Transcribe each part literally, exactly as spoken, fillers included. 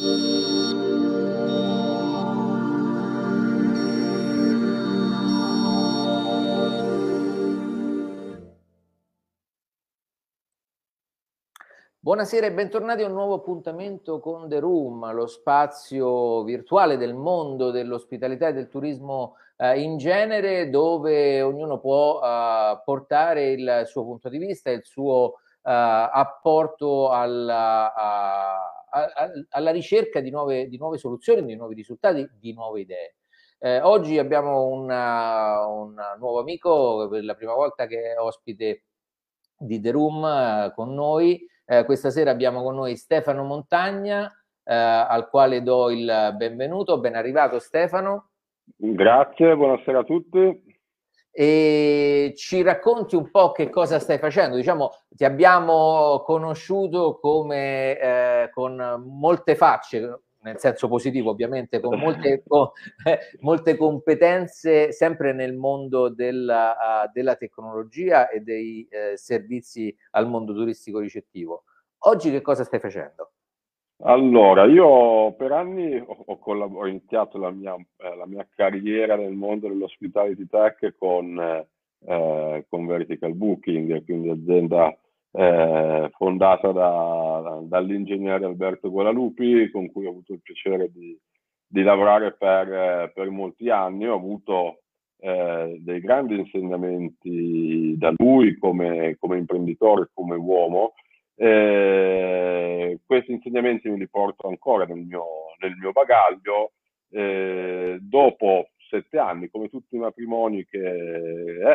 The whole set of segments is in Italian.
Buonasera e bentornati a un nuovo appuntamento con The Room, lo spazio virtuale del mondo dell'ospitalità e del turismo eh, in genere, dove ognuno può eh, portare il suo punto di vista e il suo eh, apporto alla, a, a, alla ricerca di nuove, di nuove soluzioni, di nuovi risultati, di nuove idee. Eh, oggi abbiamo una, un nuovo amico, per la prima volta che è ospite di The Room eh, con noi. Eh, questa sera abbiamo con noi Stefano Montagna, eh, al quale do il benvenuto. Ben arrivato Stefano. Grazie, buonasera a tutti. E ci racconti un po' che cosa stai facendo? Diciamo, ti abbiamo conosciuto come eh, con molte facce, nel senso positivo ovviamente, con molte, con, eh, molte competenze sempre nel mondo della, uh, della tecnologia e dei eh, servizi al mondo turistico ricettivo. Oggi che cosa stai facendo? Allora, io per anni ho, ho collab- ho iniziato la mia, eh, la mia carriera nel mondo dell'hospitality tech con, eh, con Vertical Booking, quindi azienda eh, fondata da- dall'ingegnere Alberto Guadalupi, con cui ho avuto il piacere di, di lavorare per, eh, per molti anni. Ho avuto eh, dei grandi insegnamenti da lui come, come imprenditore, come uomo. Eh, questi insegnamenti me li porto ancora nel mio, nel mio bagaglio. Eh, dopo sette anni, come tutti i matrimoni, che è,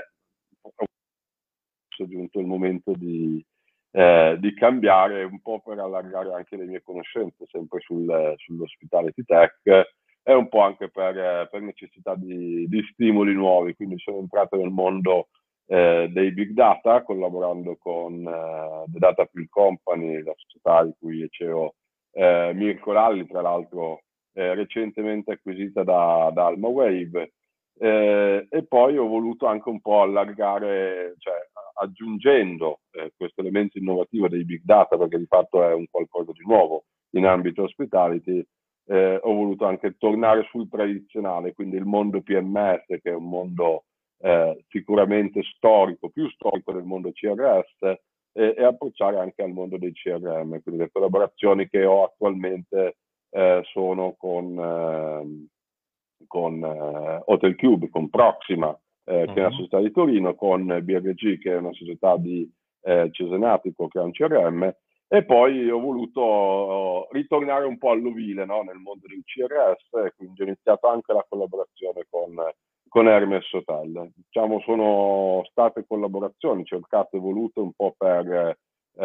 è giunto il momento di, eh, di cambiare un po' per allargare anche le mie conoscenze, sempre sul, sull'hospitality tech, e un po' anche per, per necessità di, di stimoli nuovi. Quindi sono entrato nel mondo Eh, dei big data, collaborando con eh, The Data Field Company, la società di cui è C E O eh, Mirko Lalli, tra l'altro eh, recentemente acquisita da, da Almawave. Eh, e poi ho voluto anche un po' allargare, cioè aggiungendo eh, questo elemento innovativo dei big data, perché di fatto è un qualcosa di nuovo in ambito hospitality. Eh, ho voluto anche tornare sul tradizionale, quindi il mondo P M S, che è un mondo Eh, sicuramente storico, più storico del mondo C R S, e, e approcciare anche al mondo dei C R M. Quindi le collaborazioni che ho attualmente eh, sono con, eh, con eh, Hotel Cube, con Proxima, eh, uh-huh. che è una società di Torino, con B R G, che è una società di eh, Cesenatico, che è un C R M. E poi ho voluto ritornare un po' all'ovile, no? Nel mondo del C R S, e quindi ho iniziato anche la collaborazione con con Hermes Hotel. Diciamo, sono state collaborazioni cercate e volute un po' per,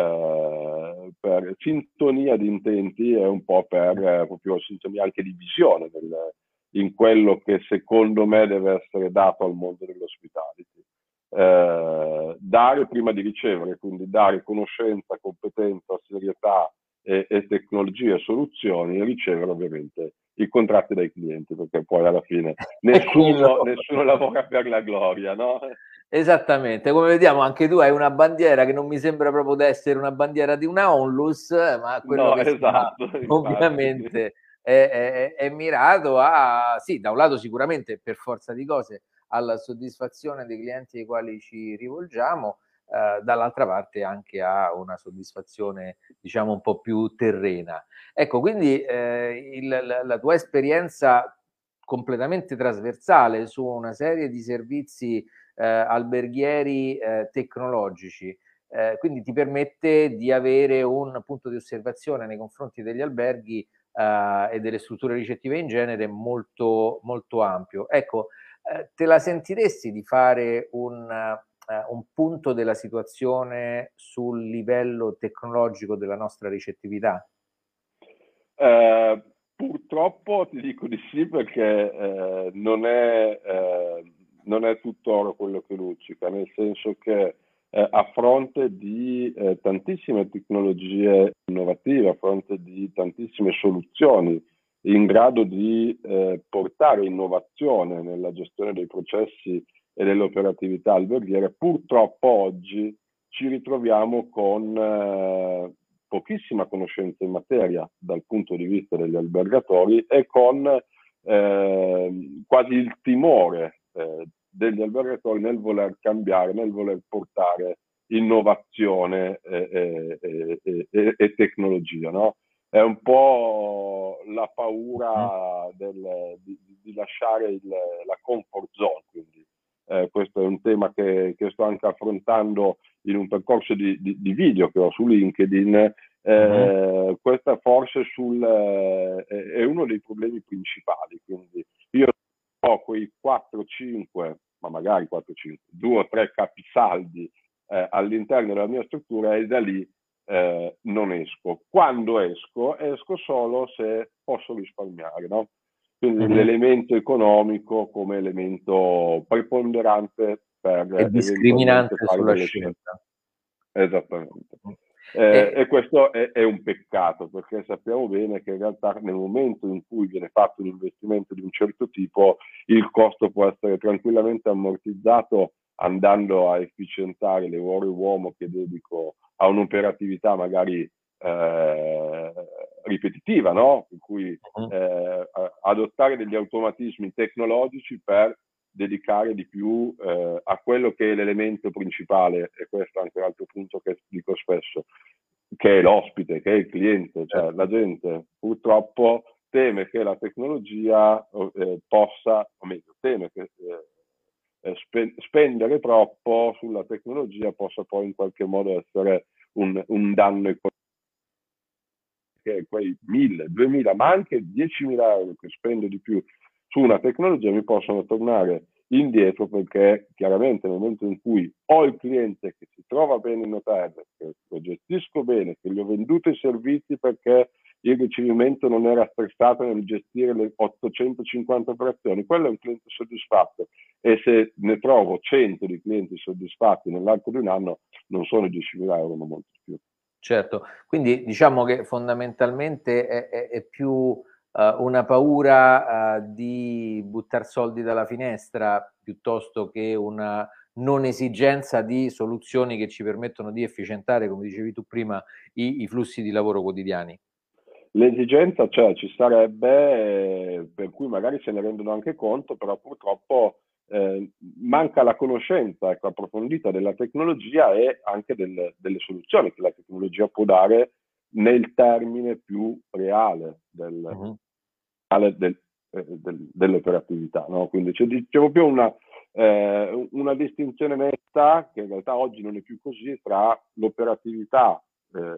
eh, per sintonia di intenti e un po' per eh, proprio sintonia anche di visione del, in quello che secondo me deve essere dato al mondo dell'hospitality. Eh, dare prima di ricevere, quindi dare conoscenza, competenza, serietà e, e tecnologie e soluzioni, e ricevere ovviamente i contratti dai clienti, perché poi alla fine nessuno, nessuno lavora per la gloria, no? Esattamente, come vediamo anche tu hai una bandiera che non mi sembra proprio di essere una bandiera di una onlus, ma quello no, che esatto, si fa, ovviamente è, è, è mirato a, sì, da un lato sicuramente per forza di cose alla soddisfazione dei clienti ai quali ci rivolgiamo, eh, dall'altra parte anche a una soddisfazione diciamo un po' più terrena. Ecco, quindi eh, il, la, la tua esperienza completamente trasversale su una serie di servizi eh, alberghieri eh, tecnologici, eh, quindi ti permette di avere un punto di osservazione nei confronti degli alberghi eh, e delle strutture ricettive in genere molto, molto ampio. Ecco, eh, te la sentiresti di fare un, eh, un punto della situazione sul livello tecnologico della nostra ricettività? Eh, purtroppo ti dico di sì, perché eh, non, è, eh, non è tutto oro quello che luccica, nel senso che eh, a fronte di eh, tantissime tecnologie innovative, a fronte di tantissime soluzioni in grado di eh, portare innovazione nella gestione dei processi e dell'operatività alberghiere, purtroppo oggi ci ritroviamo con eh, pochissima conoscenza in materia dal punto di vista degli albergatori e con eh, quasi il timore eh, degli albergatori nel voler cambiare, nel voler portare innovazione e, e, e, e, e tecnologia, no? È un po' la paura del, di, di lasciare il, la comfort zone, quindi eh, questo è un tema che, che sto anche affrontando in un percorso di, di, di video che ho su LinkedIn. Eh, uh-huh. Questo forse sul, eh, è uno dei problemi principali, quindi io ho quei quattro cinque, ma magari quattro cinque, due o tre capisaldi eh, all'interno della mia struttura e da lì eh, non esco. Quando esco, esco solo se posso risparmiare, no? Quindi uh-huh. l'elemento economico come elemento preponderante per e discriminante fare sulla delle scelta. Scelte. Esattamente. Eh, e... e questo è, è un peccato, perché sappiamo bene che in realtà nel momento in cui viene fatto un investimento di un certo tipo, il costo può essere tranquillamente ammortizzato andando a efficientare le ore uomo che dedico a un'operatività magari eh, ripetitiva, no? In cui eh, adottare degli automatismi tecnologici per dedicare di più eh, a quello che è l'elemento principale, e questo è anche un altro punto che dico spesso, che è l'ospite, che è il cliente. Cioè, certo. La gente purtroppo teme che la tecnologia eh, possa, o meglio, teme che eh, spe- spendere troppo sulla tecnologia possa poi in qualche modo essere un, un danno economico. Che quei mille, duemila, ma anche diecimila euro che spendo di più su una tecnologia mi possono tornare indietro, perché chiaramente nel momento in cui ho il cliente che si trova bene in hotel, che lo gestisco bene, che gli ho venduto i servizi perché il ricevimento non era stressato nel gestire le ottocentocinquanta operazioni, quello è un cliente soddisfatto, e se ne trovo cento di clienti soddisfatti nell'arco di un anno non sono diecimila euro, ma molto più. Certo, quindi diciamo che fondamentalmente è, è, è più uh, una paura uh, di buttare soldi dalla finestra piuttosto che una non esigenza di soluzioni che ci permettono di efficientare, come dicevi tu prima, i, i flussi di lavoro quotidiani. L'esigenza c'è, ci sarebbe, eh, per cui magari se ne rendono anche conto, però purtroppo eh, manca la conoscenza, ecco, approfondita della tecnologia e anche del, delle soluzioni che la tecnologia può dare nel termine più reale del, uh-huh. del, eh, del, dell'operatività, no? Quindi c'è, c'è proprio una, eh, una distinzione netta, che in realtà oggi non è più così, tra l'operatività eh,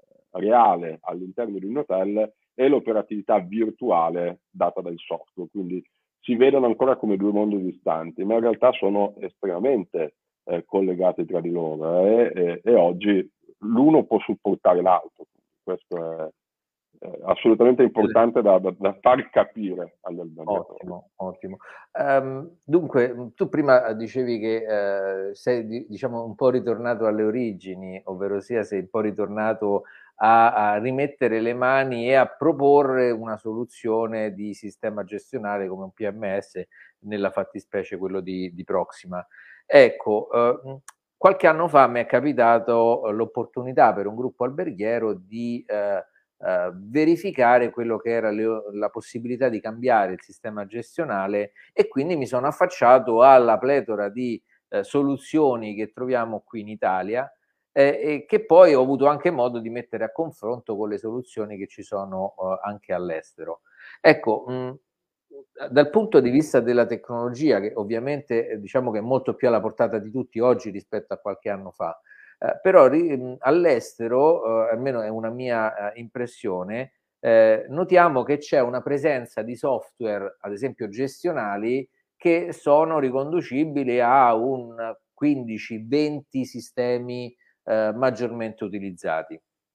reale all'interno di un hotel e l'operatività virtuale data dal software. Quindi si vedono ancora come due mondi distanti, ma in realtà sono estremamente eh, collegati tra di loro eh, e, e oggi l'uno può supportare l'altro. Questo è eh, assolutamente importante da, da, da far capire agli albergatori. Ottimo, ottimo. Um, dunque, tu prima dicevi che eh, sei diciamo un po' ritornato alle origini, ovvero sia sei un po' ritornato a, a rimettere le mani e a proporre una soluzione di sistema gestionale come un P M S, nella fattispecie quello di, di Proxima. Ecco, eh, qualche anno fa mi è capitato l'opportunità per un gruppo alberghiero di eh, Uh, verificare quello che era le, la possibilità di cambiare il sistema gestionale, e quindi mi sono affacciato alla pletora di uh, soluzioni che troviamo qui in Italia eh, e che poi ho avuto anche modo di mettere a confronto con le soluzioni che ci sono uh, anche all'estero. Ecco, mh, dal punto di vista della tecnologia, che ovviamente eh, diciamo che è molto più alla portata di tutti oggi rispetto a qualche anno fa, Eh, però ri, all'estero, eh, almeno è una mia eh, impressione, eh, notiamo che c'è una presenza di software, ad esempio gestionali, che sono riconducibili a un quindici venti sistemi eh, maggiormente utilizzati.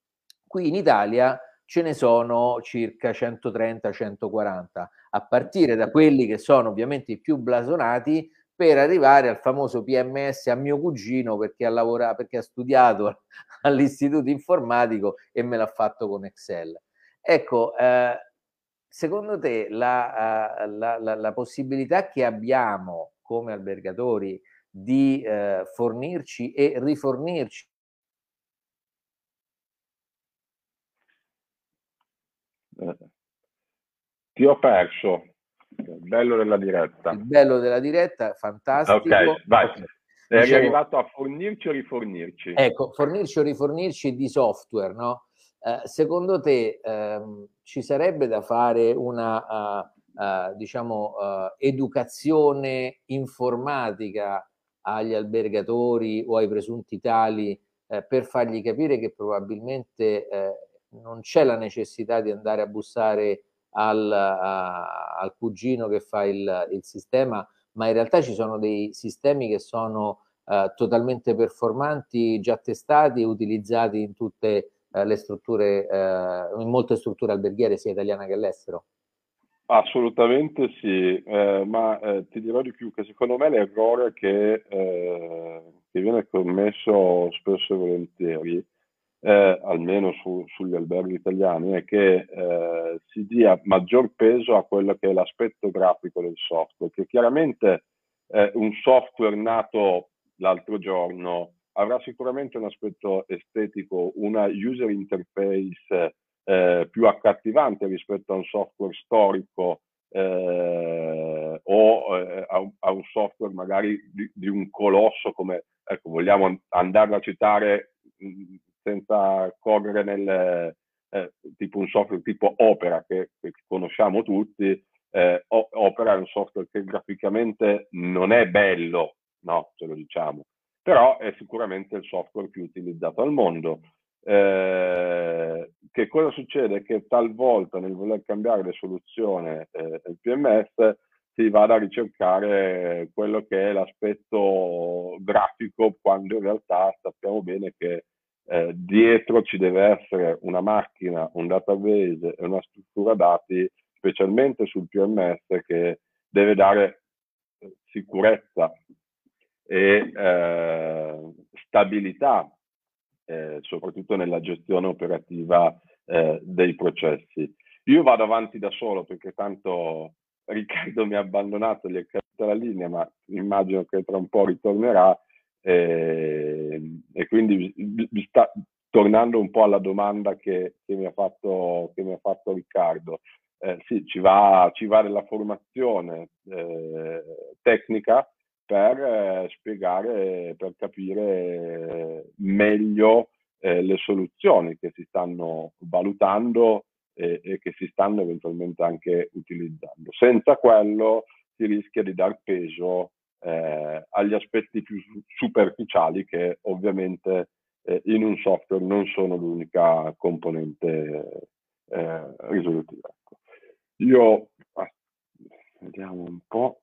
Qui in Italia ce ne sono circa centotrenta centoquaranta, a partire da quelli che sono ovviamente i più blasonati, per arrivare al famoso P M S a mio cugino, perché ha lavorato, perché ha studiato all'istituto informatico e me l'ha fatto con Excel. Ecco, eh, secondo te la, uh, la, la, la possibilità che abbiamo come albergatori di eh, fornirci e rifornirci Ti ho perso. Il bello della diretta. Il bello della diretta, fantastico. Ok, vai. Okay. Eri Dicevo, arrivato a fornirci o rifornirci? Ecco, fornirci o rifornirci di software, no? Eh, secondo te ehm, ci sarebbe da fare una, uh, uh, diciamo, uh, educazione informatica agli albergatori o ai presunti tali eh, per fargli capire che probabilmente eh, non c'è la necessità di andare a bussare al, a, al cugino che fa il, il sistema, ma in realtà ci sono dei sistemi che sono eh, totalmente performanti, già testati e utilizzati in tutte eh, le strutture, eh, in molte strutture alberghiere sia italiane che all'estero? Assolutamente sì, eh, ma eh, ti dirò di più che secondo me l'errore che, eh, che viene commesso spesso e volentieri, eh, almeno su- sugli alberghi italiani, è che eh, si dia maggior peso a quello che è l'aspetto grafico del software, che chiaramente eh, un software nato l'altro giorno avrà sicuramente un aspetto estetico, una user interface eh, più accattivante rispetto a un software storico eh, o eh, a, un, a, un software magari di, di un colosso come, ecco, vogliamo andarlo a citare mh, senza correre nel eh, tipo un software tipo Opera che, che conosciamo tutti. Eh, Opera è un software che graficamente non è bello, no, ce lo diciamo, però è sicuramente il software più utilizzato al mondo. Eh, che cosa succede? Che talvolta nel voler cambiare le soluzioni eh, del P M S si vada a ricercare quello che è l'aspetto grafico, quando in realtà sappiamo bene che eh, dietro ci deve essere una macchina, un database e una struttura dati, specialmente sul P M S, che deve dare sicurezza e eh, stabilità, eh, soprattutto nella gestione operativa eh, dei processi. Io vado avanti da solo perché tanto Riccardo mi ha abbandonato, gli è caduta la linea, ma immagino che tra un po' ritornerà eh, e quindi vi sta tornando un po' alla domanda che, che, mi, ha fatto, che mi ha fatto Riccardo. Eh, sì, ci va, ci va della formazione eh, tecnica per eh, spiegare, per capire meglio eh, le soluzioni che si stanno valutando e, e che si stanno eventualmente anche utilizzando. Senza quello si rischia di dar peso eh, agli aspetti più superficiali che ovviamente eh, in un software non sono l'unica componente eh, risolutiva. Ecco. Io ah, vediamo un po'.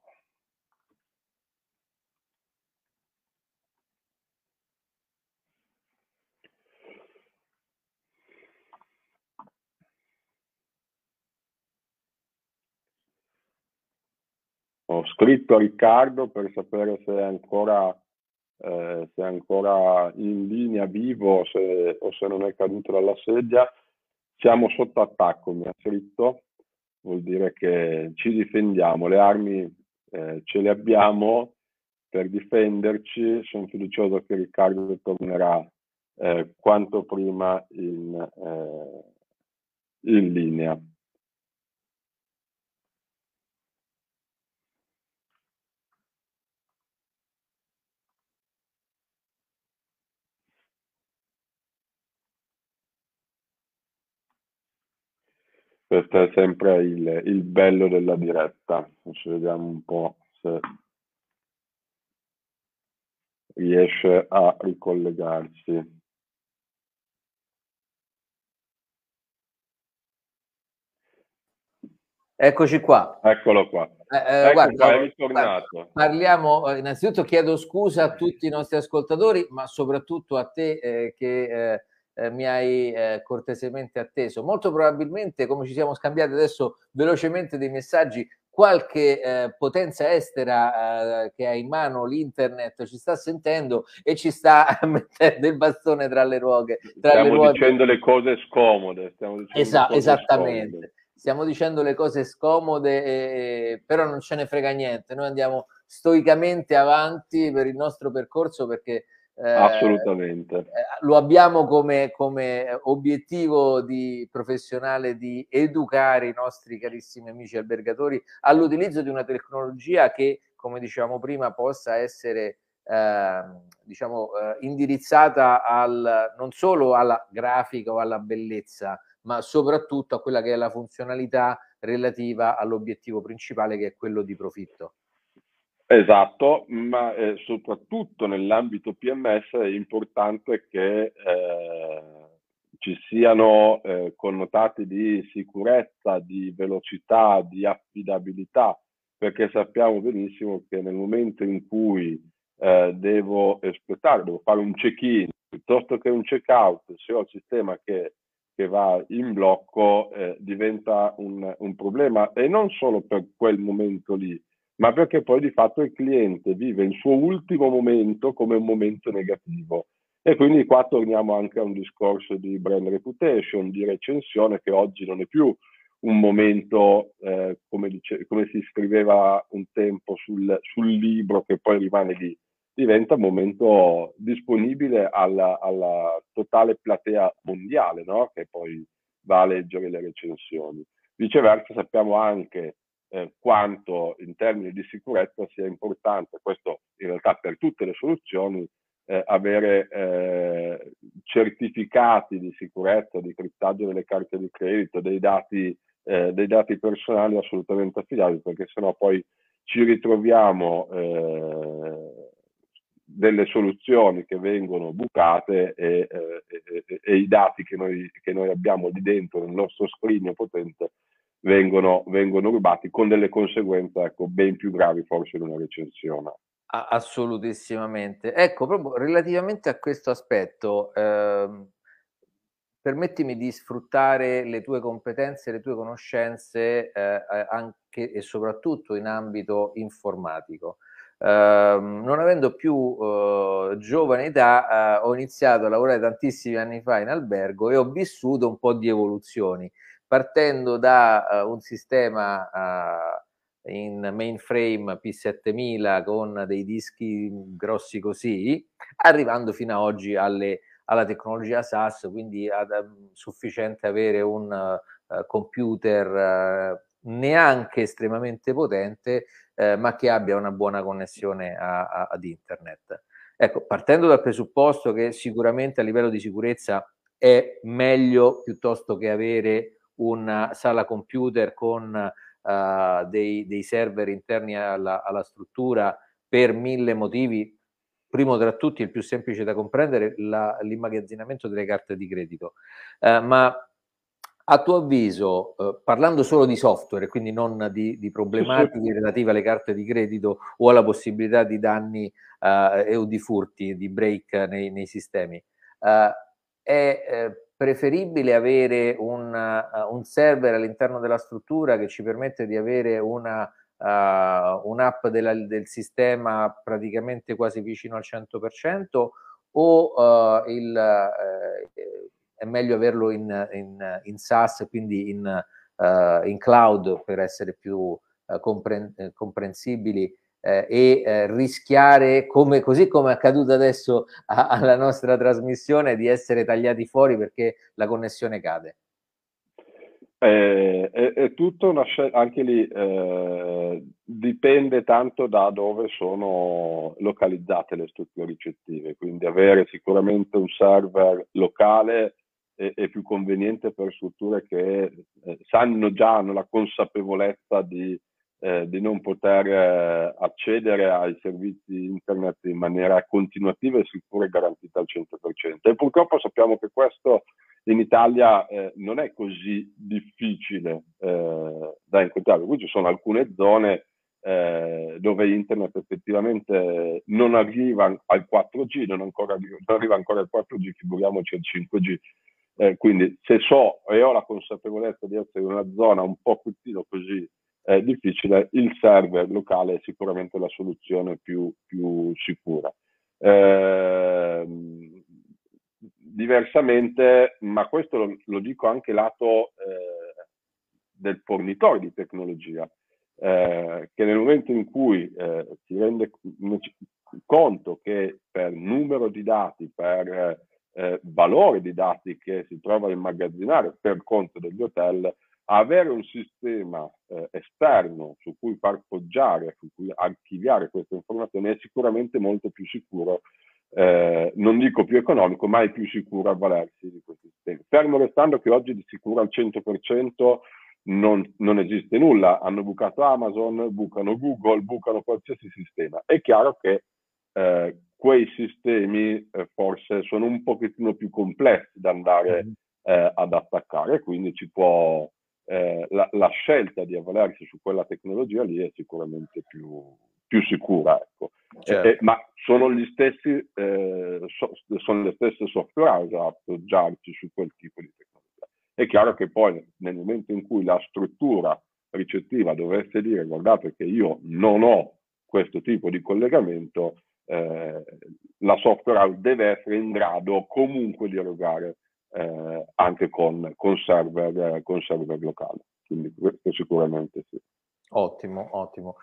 Ho scritto a Riccardo per sapere se è ancora, eh, se è ancora in linea, vivo, se, o se non è caduto dalla sedia. Siamo sotto attacco, mi ha scritto, vuol dire che ci difendiamo, le armi eh, ce le abbiamo per difenderci. Sono fiducioso che Riccardo tornerà eh, quanto prima in, eh, in linea. Questo è sempre il, il bello della diretta. Adesso vediamo un po' se riesce a ricollegarsi. Eccoci qua. Eccolo qua. Eh, eh, ecco guarda, qua, è ritornato. Parliamo, innanzitutto chiedo scusa a tutti i nostri ascoltatori, ma soprattutto a te eh, che eh, eh, mi hai eh, cortesemente atteso. Molto probabilmente, come ci siamo scambiati adesso velocemente dei messaggi, qualche eh, potenza estera eh, che ha in mano l'internet ci sta sentendo e ci sta mettendo il bastone tra le ruote. Tra stiamo le ruote. dicendo le cose scomode. Stiamo dicendo Esa- le cose esattamente. scomode. Stiamo dicendo le cose scomode, e, però non ce ne frega niente. Noi andiamo stoicamente avanti per il nostro percorso perché Assolutamente. Eh, lo abbiamo come, come obiettivo di professionale di educare i nostri carissimi amici albergatori all'utilizzo di una tecnologia che, come dicevamo prima, possa essere eh, diciamo, eh, indirizzata al, non solo alla grafica o alla bellezza, ma soprattutto a quella che è la funzionalità relativa all'obiettivo principale, che è quello di profitto. Esatto, ma eh, soprattutto nell'ambito P M S è importante che eh, ci siano eh, connotati di sicurezza, di velocità, di affidabilità, perché sappiamo benissimo che nel momento in cui eh, devo espletare, devo fare un check-in piuttosto che un check-out, se ho il sistema che, che va in blocco, eh, diventa un, un problema, e non solo per quel momento lì, ma perché poi di fatto il cliente vive il suo ultimo momento come un momento negativo. E quindi qua torniamo anche a un discorso di brand reputation, di recensione, che oggi non è più un momento, eh, come, dice, come si scriveva un tempo sul, sul libro che poi rimane lì, diventa un momento disponibile alla, alla totale platea mondiale, no? Che poi va a leggere le recensioni. Viceversa sappiamo anche eh, quanto in termini di sicurezza sia importante, questo in realtà per tutte le soluzioni, eh, avere eh, certificati di sicurezza, di criptaggio delle carte di credito, dei dati, eh, dei dati personali assolutamente affidabili, perché sennò poi ci ritroviamo eh, delle soluzioni che vengono bucate e, eh, e, e i dati che noi, che noi abbiamo lì dentro nel nostro scrigno potente vengono, vengono rubati, con delle conseguenze, ecco, ben più gravi forse di una recensione. Assolutissimamente. Ecco, proprio relativamente a questo aspetto, ehm, permettimi di sfruttare le tue competenze, le tue conoscenze, eh, anche e soprattutto in ambito informatico. Uh, non avendo più uh, giovane età, uh, ho iniziato a lavorare tantissimi anni fa in albergo e ho vissuto un po' di evoluzioni, partendo da uh, un sistema in mainframe P settemila con dei dischi grossi così, arrivando fino a oggi alle, alla tecnologia SaaS, quindi è sufficiente avere un uh, computer uh, neanche estremamente potente, eh, ma che abbia una buona connessione a, a, ad internet. Ecco, partendo dal presupposto che sicuramente a livello di sicurezza è meglio piuttosto che avere una sala computer con uh, dei, dei server interni alla, alla struttura per mille motivi, primo tra tutti, il più semplice da comprendere, l'immagazzinamento delle carte di credito. Uh, ma a tuo avviso, eh, parlando solo di software, quindi non di, di problematiche Sì, sì. relative alle carte di credito o alla possibilità di danni eh, o di furti, di break nei, nei sistemi, eh, è eh, preferibile avere un, uh, un server all'interno della struttura che ci permette di avere una, uh, un'app della, del sistema praticamente quasi vicino al cento per cento, o uh, il, eh, è meglio averlo in, in, in SaaS, quindi in, uh, in cloud, per essere più uh, compren comprensibili, eh, e eh, rischiare, come, così come è accaduto adesso a, alla nostra trasmissione, di essere tagliati fuori perché la connessione cade. È, è, è tutta una scelta, anche lì eh, dipende tanto da dove sono localizzate le strutture ricettive, quindi avere sicuramente un server locale è, è più conveniente per strutture che eh, sanno già, hanno la consapevolezza di, eh, di non poter eh, accedere ai servizi internet in maniera continuativa e sicura e garantita al cento per cento. E purtroppo sappiamo che questo in Italia eh, non è così difficile eh, da incontrare. Qui ci sono alcune zone eh, dove internet effettivamente non arriva al quattro G, non, ancora, non arriva ancora al quattro G, figuriamoci al cinque G. Eh, quindi se so e ho la consapevolezza di essere in una zona un po' così eh, difficile, il server locale è sicuramente la soluzione più, più sicura. Eh, diversamente, ma questo lo, lo dico anche lato eh, del fornitore di tecnologia, eh, che nel momento in cui eh, si rende conto che per numero di dati, per eh, valore di dati che si trova a immagazzinare per conto degli hotel, avere un sistema eh, esterno su cui far poggiare, su cui archiviare queste informazioni è sicuramente molto più sicuro, eh, non dico più economico, ma è più sicuro avvalersi di questi sistemi. Fermo restando che oggi di sicuro al cento per cento non, non esiste nulla. Hanno bucato Amazon, bucano Google, bucano qualsiasi sistema. È chiaro che eh, quei sistemi eh, forse sono un pochettino più complessi da andare eh, ad attaccare, quindi ci può eh, la, la scelta di avvalersi su quella tecnologia lì è sicuramente più, più sicura, ecco. Certo. Eh, eh, ma sono gli stessi eh, so, sono le stesse software house a appoggiarci su quel tipo di tecnologia. È chiaro che poi nel momento in cui la struttura ricettiva dovesse dire guardate che io non ho questo tipo di collegamento, eh, la software house deve essere in grado comunque di erogare eh, anche con, con, server, con server locali. Quindi questo sicuramente sì. Ottimo, ottimo.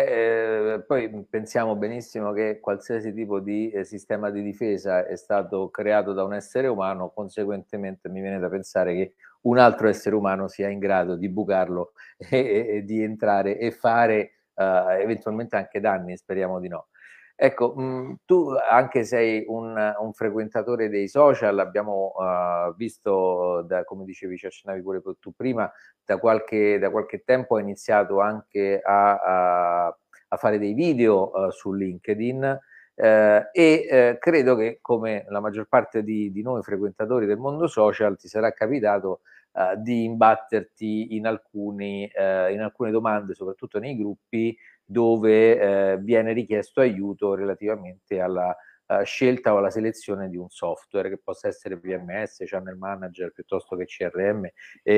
Eh, poi pensiamo benissimo che qualsiasi tipo di eh, sistema di difesa è stato creato da un essere umano, conseguentemente mi viene da pensare che un altro essere umano sia in grado di bucarlo e, e, e di entrare e fare eh, eventualmente anche danni, speriamo di no. Ecco, mh, tu anche sei un, un frequentatore dei social, abbiamo uh, visto, da, come dicevi, ci accennavi pure tu prima, da qualche, da qualche tempo hai iniziato anche a, a, a fare dei video uh, su LinkedIn eh, e eh, credo che come la maggior parte di, di noi frequentatori del mondo social ti sarà capitato uh, di imbatterti in, alcuni, uh, in alcune domande, soprattutto nei gruppi, dove eh, viene richiesto aiuto relativamente alla uh, scelta o alla selezione di un software che possa essere P M S, Channel Manager piuttosto che C R M e,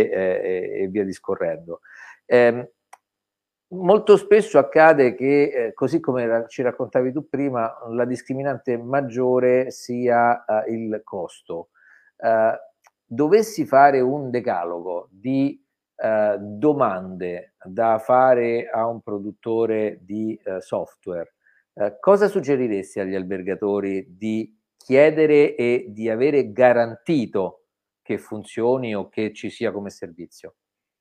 e, e via discorrendo. Eh, molto spesso accade che, eh, così come ci raccontavi tu prima, la discriminante maggiore sia uh, il costo. Uh, dovessi fare un decalogo di Uh, domande da fare a un produttore di uh, software, uh, cosa suggeriresti agli albergatori di chiedere e di avere garantito che funzioni o che ci sia come servizio?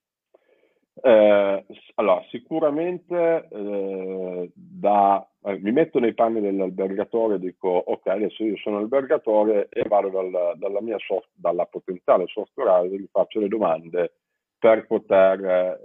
Eh, allora, sicuramente eh, da, eh, mi metto nei panni dell'albergatore e dico ok, adesso io sono albergatore e vado dal, dalla mia soft, dalla potenziale software house, gli faccio le domande per poter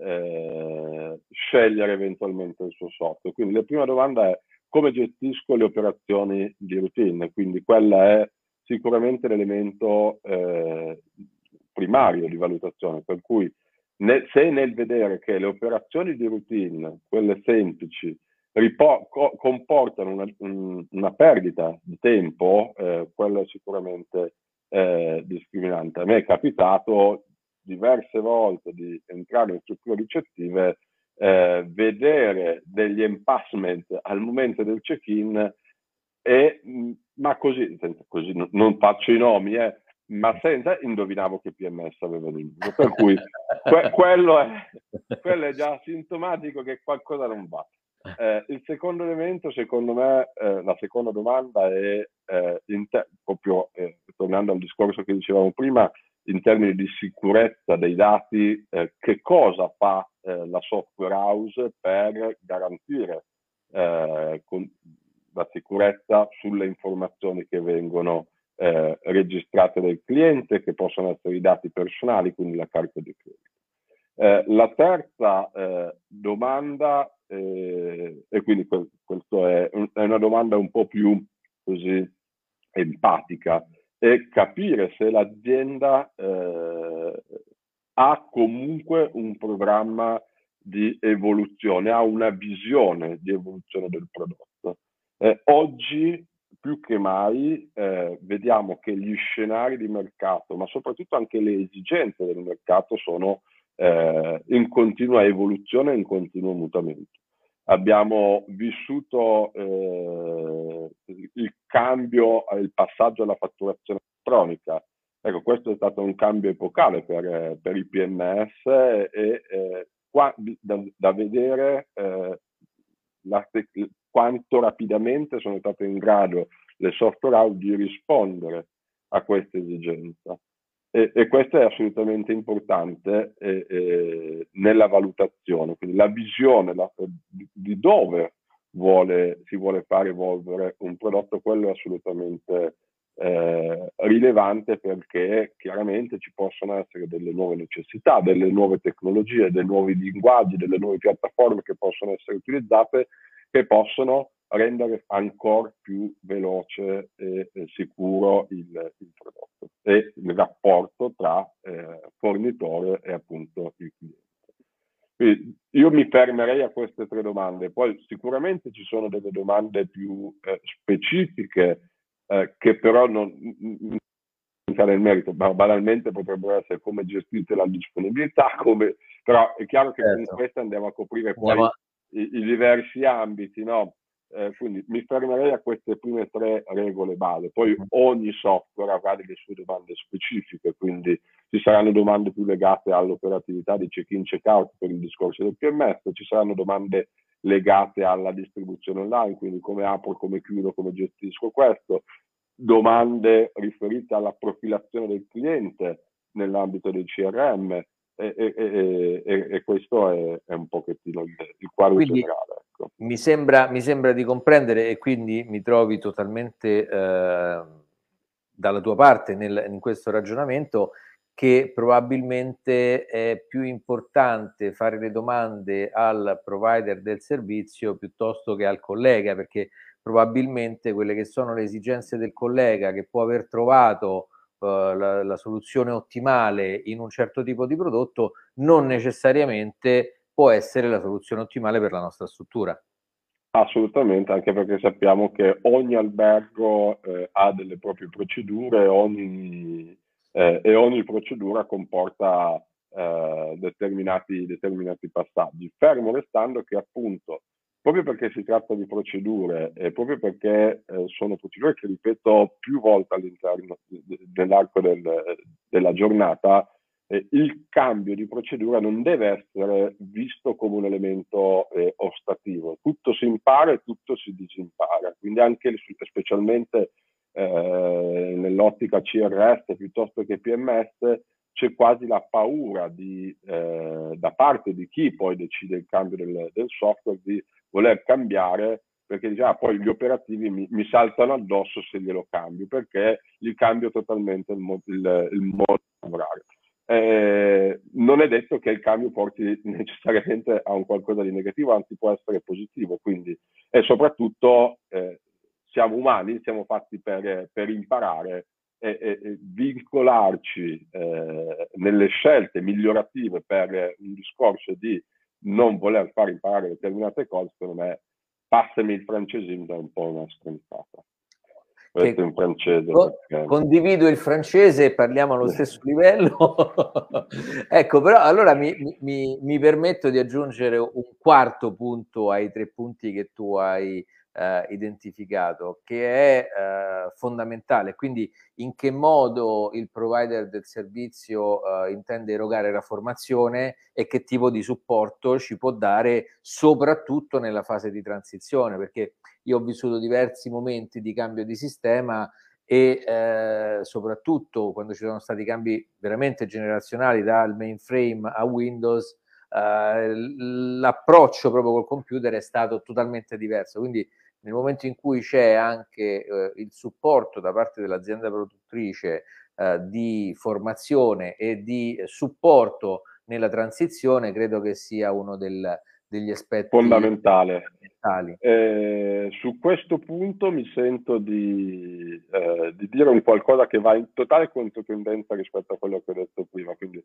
eh, scegliere eventualmente il suo software. Quindi la prima domanda è come gestisco le operazioni di routine, quindi quella è sicuramente l'elemento eh, primario di valutazione, per cui ne, se nel vedere che le operazioni di routine, quelle semplici, ripo- co- comportano una, un, una perdita di tempo, eh, quello è sicuramente eh, discriminante. A me è capitato diverse volte di entrare in strutture ricettive, eh, vedere degli impassment al momento del check-in e ma così, così non, non faccio i nomi, eh, ma senza indovinavo che P M S aveva vinto, per cui que- quello, è, quello è già sintomatico che qualcosa non va. Eh, il secondo elemento, secondo me, eh, la seconda domanda è eh, te- proprio eh, tornando al discorso che dicevamo prima, in termini di sicurezza dei dati, eh, che cosa fa eh, la software house per garantire eh, con, la sicurezza sulle informazioni che vengono eh, registrate dal cliente, che possono essere i dati personali, quindi la carta di credito. Eh, la terza eh, domanda, eh, e quindi que- questo è, un, è una domanda un po' più così empatica, è capire se l'azienda eh, ha comunque un programma di evoluzione, ha una visione di evoluzione del prodotto. Eh, oggi più che mai eh, vediamo che gli scenari di mercato, ma soprattutto anche le esigenze del mercato sono eh, in continua evoluzione e in continuo mutamento. Abbiamo vissuto eh, il cambio, il passaggio alla fatturazione elettronica. Ecco, questo è stato un cambio epocale per, per i P M S e eh, qua, da, da vedere eh, la, quanto rapidamente sono state in grado le software house di rispondere a questa esigenza. E, e questo è assolutamente importante eh, eh, nella valutazione, quindi la visione la, di, di dove vuole, si vuole fare evolvere un prodotto, quello è assolutamente eh, rilevante, perché chiaramente ci possono essere delle nuove necessità, delle nuove tecnologie, dei nuovi linguaggi, delle nuove piattaforme che possono essere utilizzate, che possono rendere ancora più veloce e, e sicuro il, il prodotto e il rapporto tra eh, fornitore e appunto il cliente. Quindi io mi fermerei a queste tre domande, poi sicuramente ci sono delle domande più eh, specifiche eh, che però non, non entrare nel merito, ma banalmente potrebbero essere come gestite la disponibilità, come, però è chiaro che certo. con queste andiamo a coprire Andiamo poi a... i, i diversi ambiti, no? Eh, quindi mi fermerei a queste prime tre regole base, poi ogni software avrà delle sue domande specifiche, quindi ci saranno domande più legate all'operatività di check-in, check-out per il discorso del P M S, ci saranno domande legate alla distribuzione online, quindi come apro, come chiudo, come gestisco questo, domande riferite alla profilazione del cliente nell'ambito del C R M e, e, e, e, e questo è, è un pochettino il, il quadro Quindi generale. Ecco. mi sembra, mi sembra di comprendere, e quindi mi trovi totalmente eh, dalla tua parte nel, in questo ragionamento, che probabilmente è più importante fare le domande al provider del servizio piuttosto che al collega, perché probabilmente quelle che sono le esigenze del collega, che può aver trovato uh, la, la soluzione ottimale in un certo tipo di prodotto, non necessariamente può essere la soluzione ottimale per la nostra struttura. Assolutamente, anche perché sappiamo che ogni albergo eh, ha delle proprie procedure, ogni, eh, e ogni procedura comporta eh, determinati, determinati passaggi, fermo restando che appunto, proprio perché si tratta di procedure e proprio perché eh, sono procedure che ripeto più volte all'interno dell'arco del, della giornata, eh, il cambio di procedura non deve essere visto come un elemento eh, ostativo. Tutto si impara e tutto si disimpara, quindi anche specialmente eh, nell'ottica C R S piuttosto che P M S c'è quasi la paura di, eh, da parte di chi poi decide il cambio del, del software di voler cambiare, perché dice ah, poi gli operativi mi, mi saltano addosso se glielo cambio, perché gli cambio totalmente il, mo- il, il modo di lavorare. Eh, non è detto che il cambio porti necessariamente a un qualcosa di negativo, anzi può essere positivo, quindi e soprattutto eh, siamo umani, siamo fatti per, per imparare e, e, e vincolarci eh, nelle scelte migliorative per un discorso di non voler far imparare determinate cose, secondo me, passami il francesismo, è un po' una stronzata. Questo è un francese. Con, perché... Condivido il francese e parliamo allo stesso livello. Ecco, però allora mi, mi, mi permetto di aggiungere un quarto punto ai tre punti che tu hai eh, identificato, che è eh, fondamentale. Quindi in che modo il provider del servizio eh, intende erogare la formazione e che tipo di supporto ci può dare, soprattutto nella fase di transizione, perché io ho vissuto diversi momenti di cambio di sistema e eh, soprattutto quando ci sono stati cambi veramente generazionali dal mainframe a Windows, eh, l'approccio proprio col computer è stato totalmente diverso. Quindi nel momento in cui c'è anche eh, il supporto da parte dell'azienda produttrice eh, di formazione e di supporto nella transizione, credo che sia uno del, degli aspetti fondamentale. fondamentali. Eh, su questo punto mi sento di, eh, di dire un qualcosa che va in totale controtendenza rispetto a quello che ho detto prima. Quindi,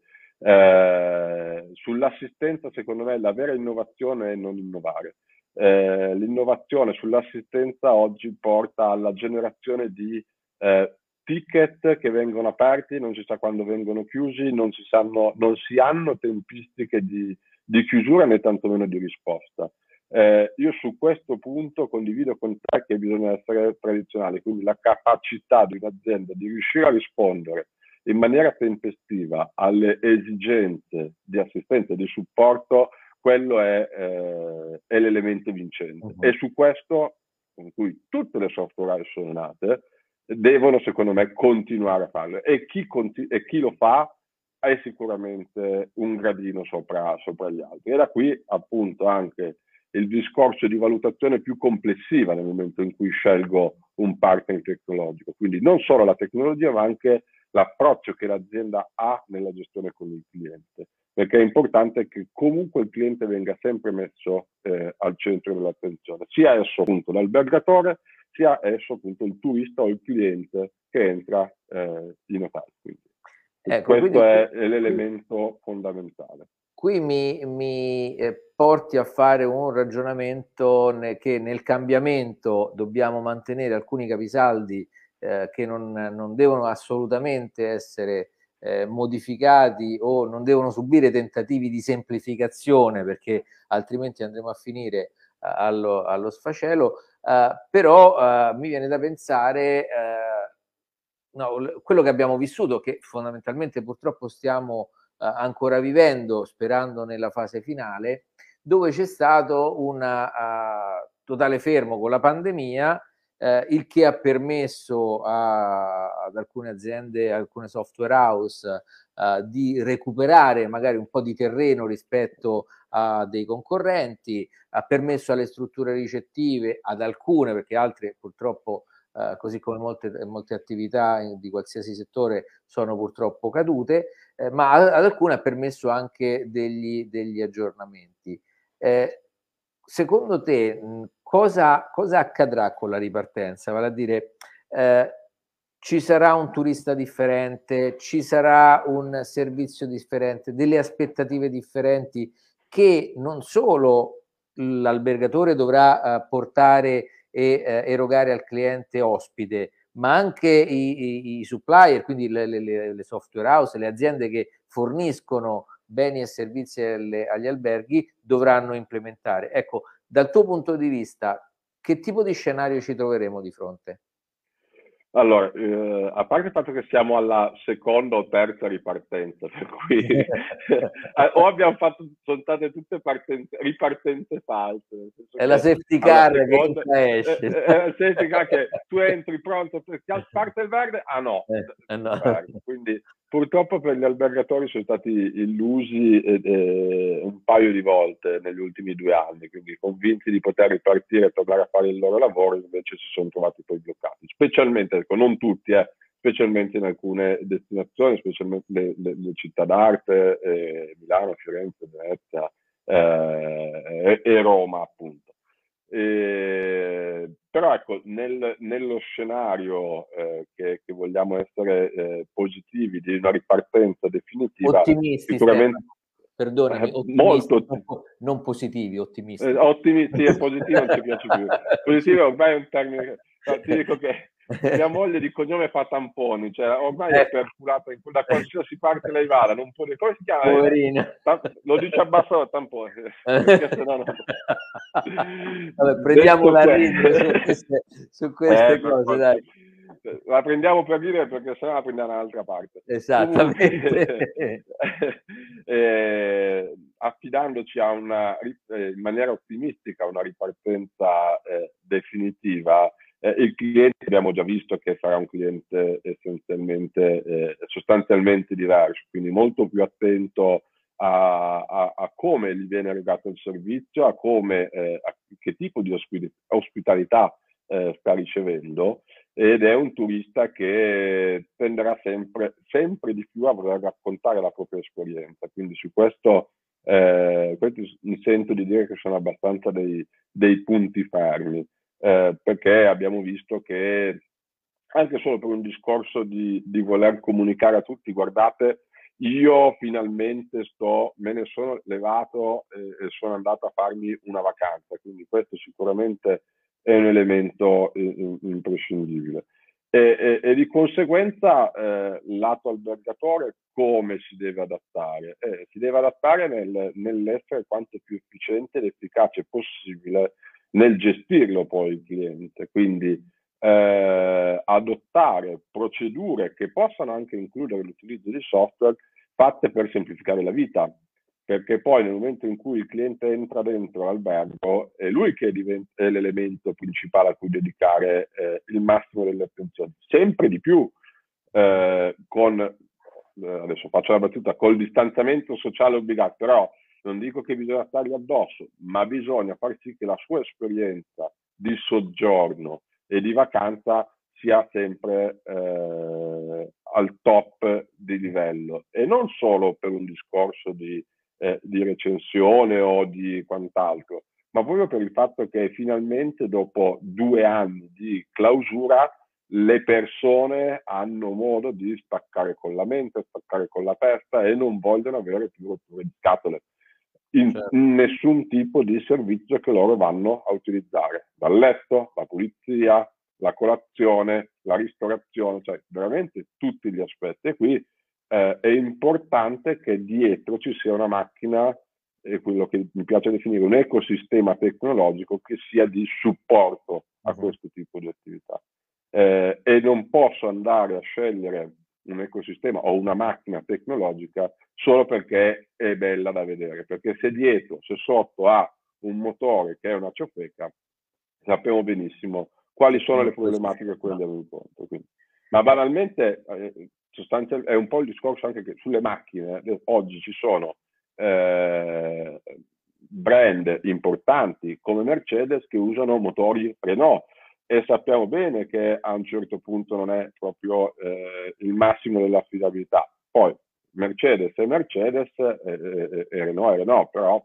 eh, sull'assistenza, secondo me, la vera innovazione è non innovare. Eh, l'innovazione sull'assistenza oggi porta alla generazione di eh, ticket che vengono aperti, non si sa quando vengono chiusi, non si, sanno, non si hanno tempistiche di, di chiusura né tantomeno di risposta. Eh, io su questo punto condivido con te che bisogna essere tradizionali, quindi la capacità di un'azienda di riuscire a rispondere in maniera tempestiva alle esigenze di assistenza e di supporto, quello è, eh, è l'elemento vincente. Uh-huh. E su questo con cui tutte le software house sono nate, devono secondo me continuare a farlo, e chi, e chi lo fa è sicuramente un gradino sopra, sopra gli altri. E da qui appunto anche il discorso di valutazione più complessiva nel momento in cui scelgo un partner tecnologico, quindi non solo la tecnologia ma anche l'approccio che l'azienda ha nella gestione con il cliente, perché è importante che comunque il cliente venga sempre messo eh, al centro dell'attenzione, sia esso appunto l'albergatore, sia esso appunto il turista o il cliente che entra eh, in hotel. Quindi, ecco, questo quindi, è, è l'elemento fondamentale. Qui mi, mi eh, porti a fare un ragionamento ne, che nel cambiamento dobbiamo mantenere alcuni capisaldi eh, che non, non devono assolutamente essere eh, modificati o non devono subire tentativi di semplificazione, perché altrimenti andremo a finire eh, allo, allo sfacelo, eh, però eh, mi viene da pensare eh, no, quello che abbiamo vissuto, che fondamentalmente purtroppo stiamo Uh, ancora vivendo, sperando nella fase finale, dove c'è stato un uh, totale fermo con la pandemia, uh, il che ha permesso a, ad alcune aziende, alcune software house, uh, di recuperare magari un po' di terreno rispetto a dei concorrenti, ha permesso alle strutture ricettive, ad alcune, perché altre purtroppo Uh, così come molte, molte attività in, di qualsiasi settore sono purtroppo cadute, eh, ma ad alcune ha permesso anche degli, degli aggiornamenti. Eh, secondo te mh, cosa, cosa accadrà con la ripartenza? Vale a dire, eh, ci sarà un turista differente, ci sarà un servizio differente, delle aspettative differenti che non solo l'albergatore dovrà uh, portare e eh, erogare al cliente ospite, ma anche i, i, i supplier, quindi le, le, le software house, le aziende che forniscono beni e servizi alle, agli alberghi dovranno implementare. Ecco, dal tuo punto di vista, che tipo di scenario ci troveremo di fronte? Allora, eh, a parte il fatto che siamo alla seconda o terza ripartenza, per cui o abbiamo fatto, sono state tutte partenze, ripartenze false. È la safety car seconda, che esce. È, è la safety car che tu entri pronto, parte il verde? Ah no, eh, no. Quindi purtroppo per gli albergatori sono stati illusi eh, eh, un paio di volte negli ultimi due anni, quindi convinti di poter ripartire e tornare a fare il loro lavoro, invece si sono trovati poi bloccati, specialmente, ecco, non tutti, eh, specialmente in alcune destinazioni, specialmente le, le, le città d'arte, eh, Milano, Firenze, Venezia eh, e, e Roma appunto. Eh, però ecco, nel, nello scenario eh, che, che vogliamo essere eh, positivi di una ripartenza definitiva, ottimisti, sicuramente, perdonami, eh, ottimisti, molto non, non positivi, ottimisti. Eh, ottimisti, è positivo, non ci piace più. Positivo ormai è un termine. No, ti dico che mia moglie di cognome fa tamponi, cioè ormai è perculata in, da qualsiasi parte lei vada, non può dire, come si chiama? Poverina. Lo dice a basso tampone. Perché se no non... Vabbè, prendiamo la ridere su queste, su queste eh, cose, dai. La prendiamo per dire perché sennò la prendiamo da un'altra parte. Esattamente. eh, affidandoci a una, eh, in maniera ottimistica a una ripartenza eh, definitiva, eh, il cliente abbiamo già visto che sarà un cliente essenzialmente, eh, sostanzialmente diverso, quindi molto più attento a, a, a come gli viene erogato il servizio, a come, eh, a che tipo di ospitalità eh, sta ricevendo, ed è un turista che tenderà sempre, sempre di più a voler raccontare la propria esperienza. Quindi su questo, eh, questo mi sento di dire che sono abbastanza dei, dei punti fermi, eh, perché abbiamo visto che anche solo per un discorso di, di voler comunicare a tutti, guardate, io finalmente sto, me ne sono levato e, e sono andato a farmi una vacanza, quindi questo sicuramente è un elemento imprescindibile. E, e, e di conseguenza eh, lato albergatore come si deve adattare? Eh, si deve adattare nel, nell'essere quanto più efficiente ed efficace possibile nel gestirlo poi il cliente, quindi eh, adottare procedure che possano anche includere l'utilizzo di software fatte per semplificare la vita perché poi nel momento in cui il cliente entra dentro l'albergo è lui che diventa è l'elemento principale a cui dedicare eh, il massimo delle attenzioni, sempre di più eh, con, eh, adesso faccio la battuta, col distanziamento sociale obbligato, però non dico che bisogna stargli addosso, ma bisogna far sì che la sua esperienza di soggiorno e di vacanza sia sempre eh, al top di livello, e non solo per un discorso di, eh, di recensione o di quant'altro, ma proprio per il fatto che finalmente dopo due anni di clausura le persone hanno modo di staccare con la mente, staccare con la testa e non vogliono avere più rotture di scatole in, Certo. in nessun tipo di servizio che loro vanno a utilizzare, dal letto, la pulizia, la colazione, la ristorazione, cioè veramente tutti gli aspetti. E qui eh, è importante che dietro ci sia una macchina, e quello che mi piace definire un ecosistema tecnologico che sia di supporto a Uh-huh. questo tipo di attività. Eh, e non posso andare a scegliere un ecosistema o una macchina tecnologica solo perché è bella da vedere, perché se dietro, se sotto ha un motore che è una ciofeca, sappiamo benissimo quali sono le problematiche a cui andiamo incontro. Quindi. Ma banalmente, eh, sostanzialmente, è un po' il discorso anche che sulle macchine, eh, oggi ci sono eh, brand importanti come Mercedes che usano motori Renault, e sappiamo bene che a un certo punto non è proprio eh, il massimo dell'affidabilità. Poi Mercedes è Mercedes e, e, e Renault è Renault, però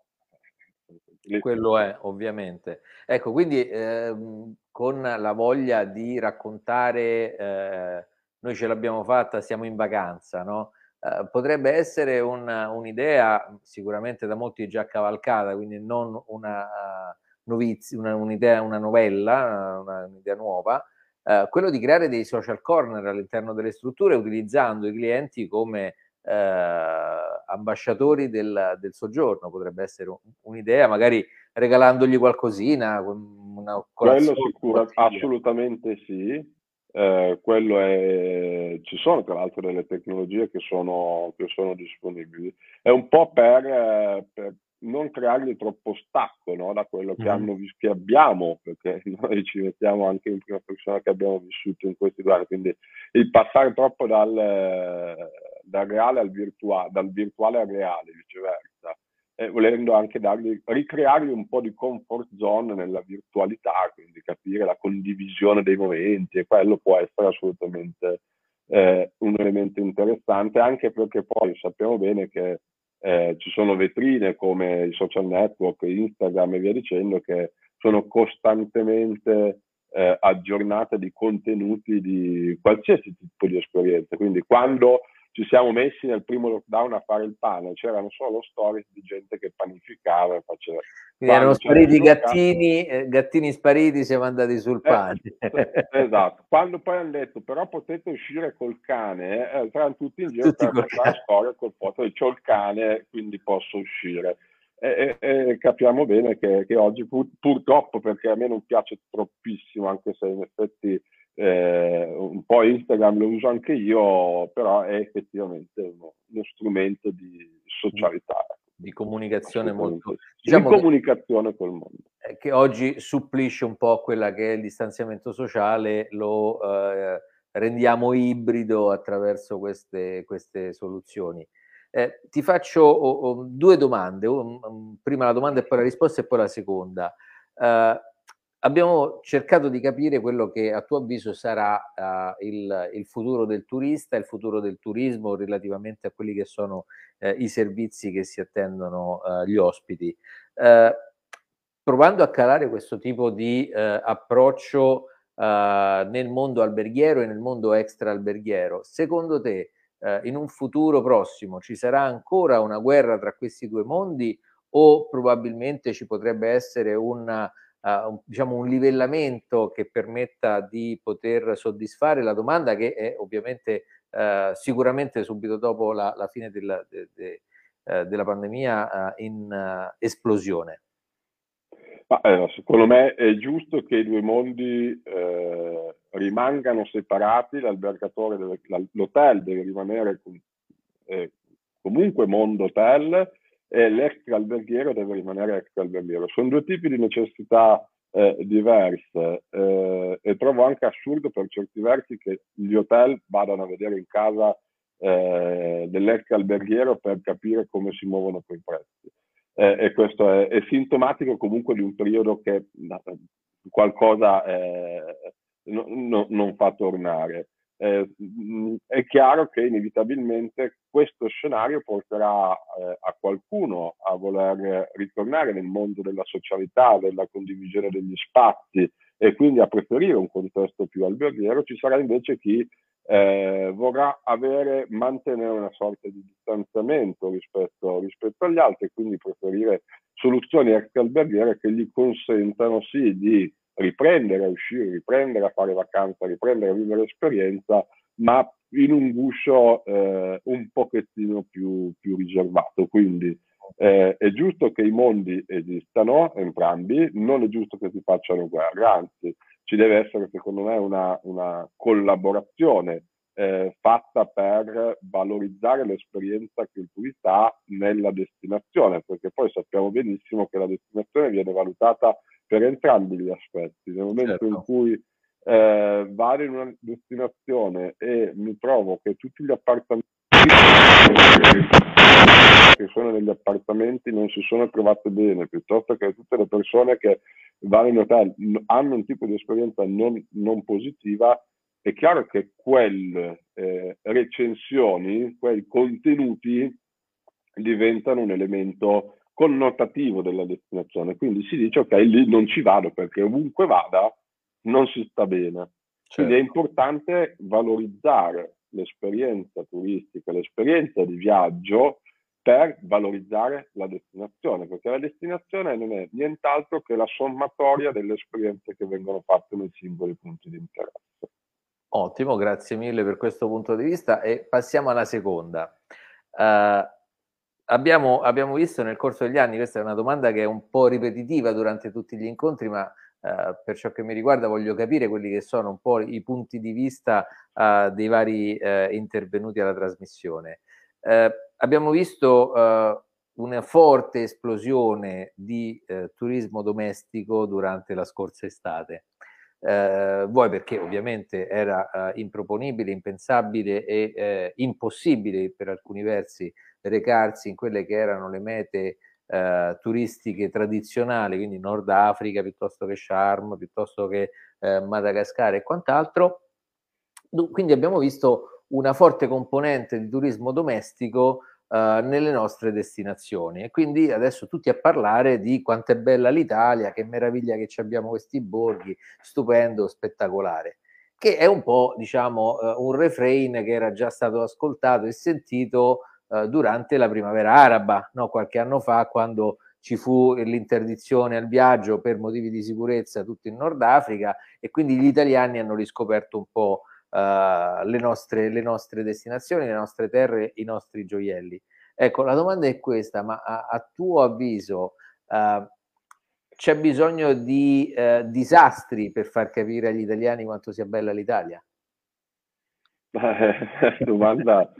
quello è, ovviamente. Ecco, quindi ehm, con la voglia di raccontare, eh, noi ce l'abbiamo fatta, siamo in vacanza, no? Eh, potrebbe essere un, un'idea sicuramente da molti già cavalcata, quindi non una uh, novizia, una, un'idea, una novella, una, un'idea nuova, eh, quello di creare dei social corner all'interno delle strutture utilizzando i clienti come eh, ambasciatori del, del soggiorno, potrebbe essere un, un'idea, magari regalandogli qualcosina, una quello colazione, una sicura, bottiglia. assolutamente sì. Eh, quello è, ci sono tra l'altro delle tecnologie che sono, che sono disponibili. È un po' per, eh, per non creargli troppo stacco, no, da quello che, Mm-hmm. hanno, che abbiamo, perché noi ci mettiamo anche in prima persona che abbiamo vissuto in questi due anni, quindi il passare troppo dal, dal reale al virtuale, dal virtuale al reale, viceversa. Eh, volendo anche dargli, ricreargli un po' di comfort zone nella virtualità, quindi capire la condivisione dei momenti, e quello può essere assolutamente eh, un elemento interessante, anche perché poi sappiamo bene che eh, ci sono vetrine come i social network, Instagram e via dicendo, che sono costantemente eh, aggiornate di contenuti di qualsiasi tipo di esperienza. Quindi quando ci siamo messi nel primo lockdown a fare il pane, c'erano solo stories di gente che panificava e faceva. Quindi erano Quando c'era spariti i sbloccato, gattini, eh, gattini spariti, siamo andati sul eh, pane. esatto, quando poi hanno detto però potete uscire col cane, eh, erano tutti in giro Tutti per col portare cane. storia col foto di c'ho il cane, quindi posso uscire. E, e, e capiamo bene che, che oggi pur, purtroppo, perché a me non piace troppissimo, anche se in effetti eh, un po' Instagram lo uso anche io, però è effettivamente uno, uno strumento di Di, socialità, di comunicazione molto, assolutamente sì. Di diciamo che comunicazione col mondo. eh, che oggi supplisce un po' quella che è il distanziamento sociale, lo eh, rendiamo ibrido attraverso queste, queste soluzioni. Eh, ti faccio oh, oh, due domande, um, prima la domanda e poi la risposta e poi la seconda. Eh, abbiamo cercato di capire quello che a tuo avviso sarà uh, il, il futuro del turista, il futuro del turismo relativamente a quelli che sono eh, i servizi che si attendono uh, gli ospiti. Eh, provando a calare questo tipo di eh, approccio eh, nel mondo alberghiero e nel mondo extra alberghiero, secondo te eh, in un futuro prossimo ci sarà ancora una guerra tra questi due mondi o probabilmente ci potrebbe essere una, uh, un, diciamo un livellamento che permetta di poter soddisfare la domanda che è ovviamente uh, sicuramente subito dopo la, la fine del, de, de, uh, della pandemia uh, in uh, esplosione? Ma, eh, secondo me è giusto che i due mondi eh, rimangano separati, l'albergatore deve, l'hotel deve rimanere com, eh, comunque mondo hotel, e l'extra alberghiero deve rimanere extra alberghiero. Sono due tipi di necessità eh, diverse eh, e trovo anche assurdo per certi versi che gli hotel vadano a vedere in casa eh, dell'extra alberghiero per capire come si muovono quei prezzi. Eh, e questo è, è sintomatico comunque di un periodo che qualcosa eh, no, no, non fa tornare. Eh, è chiaro che inevitabilmente questo scenario porterà eh, a qualcuno a voler ritornare nel mondo della socialità, della condivisione degli spazi e quindi a preferire un contesto più alberghiero. Ci sarà invece chi eh, vorrà avere, mantenere una sorta di distanziamento rispetto, rispetto agli altri e quindi preferire soluzioni extra alberghiere che gli consentano sì di riprendere a uscire, riprendere a fare vacanza, riprendere a vivere esperienza, ma in un guscio eh, un pochettino più, più riservato. Quindi eh, è giusto che i mondi esistano, entrambi, non è giusto che si facciano guerre, anzi ci deve essere secondo me una, una collaborazione eh, fatta per valorizzare l'esperienza che il turista ha nella destinazione, perché poi sappiamo benissimo che la destinazione viene valutata per entrambi gli aspetti. Nel momento certo. in cui eh, vado in una destinazione e mi trovo che tutti gli appartamenti che sono negli appartamenti non si sono trovate bene, piuttosto che tutte le persone che vanno in hotel hanno un tipo di esperienza non, non positiva, è chiaro che quelle eh, recensioni, quei contenuti diventano un elemento connotativo della destinazione, quindi si dice ok, lì non ci vado perché ovunque vada non si sta bene. Certo. Quindi è importante valorizzare l'esperienza turistica, l'esperienza di viaggio per valorizzare la destinazione, perché la destinazione non è nient'altro che la sommatoria delle esperienze che vengono fatte nei singoli punti di interesse. Ottimo, grazie mille per questo punto di vista e passiamo alla seconda. Uh, abbiamo, abbiamo visto nel corso degli anni, questa è una domanda che è un po' ripetitiva durante tutti gli incontri, ma uh, per ciò che mi riguarda voglio capire quelli che sono un po' i punti di vista uh, dei vari uh, intervenuti alla trasmissione. Uh, abbiamo visto uh, una forte esplosione di uh, turismo domestico durante la scorsa estate. Eh, vuoi perché ovviamente era eh, improponibile, impensabile e eh, impossibile per alcuni versi recarsi in quelle che erano le mete eh, turistiche tradizionali, quindi Nord Africa piuttosto che Sharm, piuttosto che eh, Madagascar e quant'altro. Quindi abbiamo visto una forte componente di turismo domestico Uh, nelle nostre destinazioni e quindi adesso tutti a parlare di quanto è bella l'Italia, che meraviglia che ci abbiamo questi borghi, stupendo, spettacolare, che è un po' diciamo uh, un refrain che era già stato ascoltato e sentito uh, durante la primavera araba, no? Qualche anno fa, quando ci fu l'interdizione al viaggio per motivi di sicurezza tutto in Nord Africa e quindi gli italiani hanno riscoperto un po' Uh, le, nostre, le nostre destinazioni, le nostre terre, i nostri gioielli. Ecco, la domanda è questa, ma a, a tuo avviso uh, c'è bisogno di uh, disastri per far capire agli italiani quanto sia bella l'Italia? Eh, domanda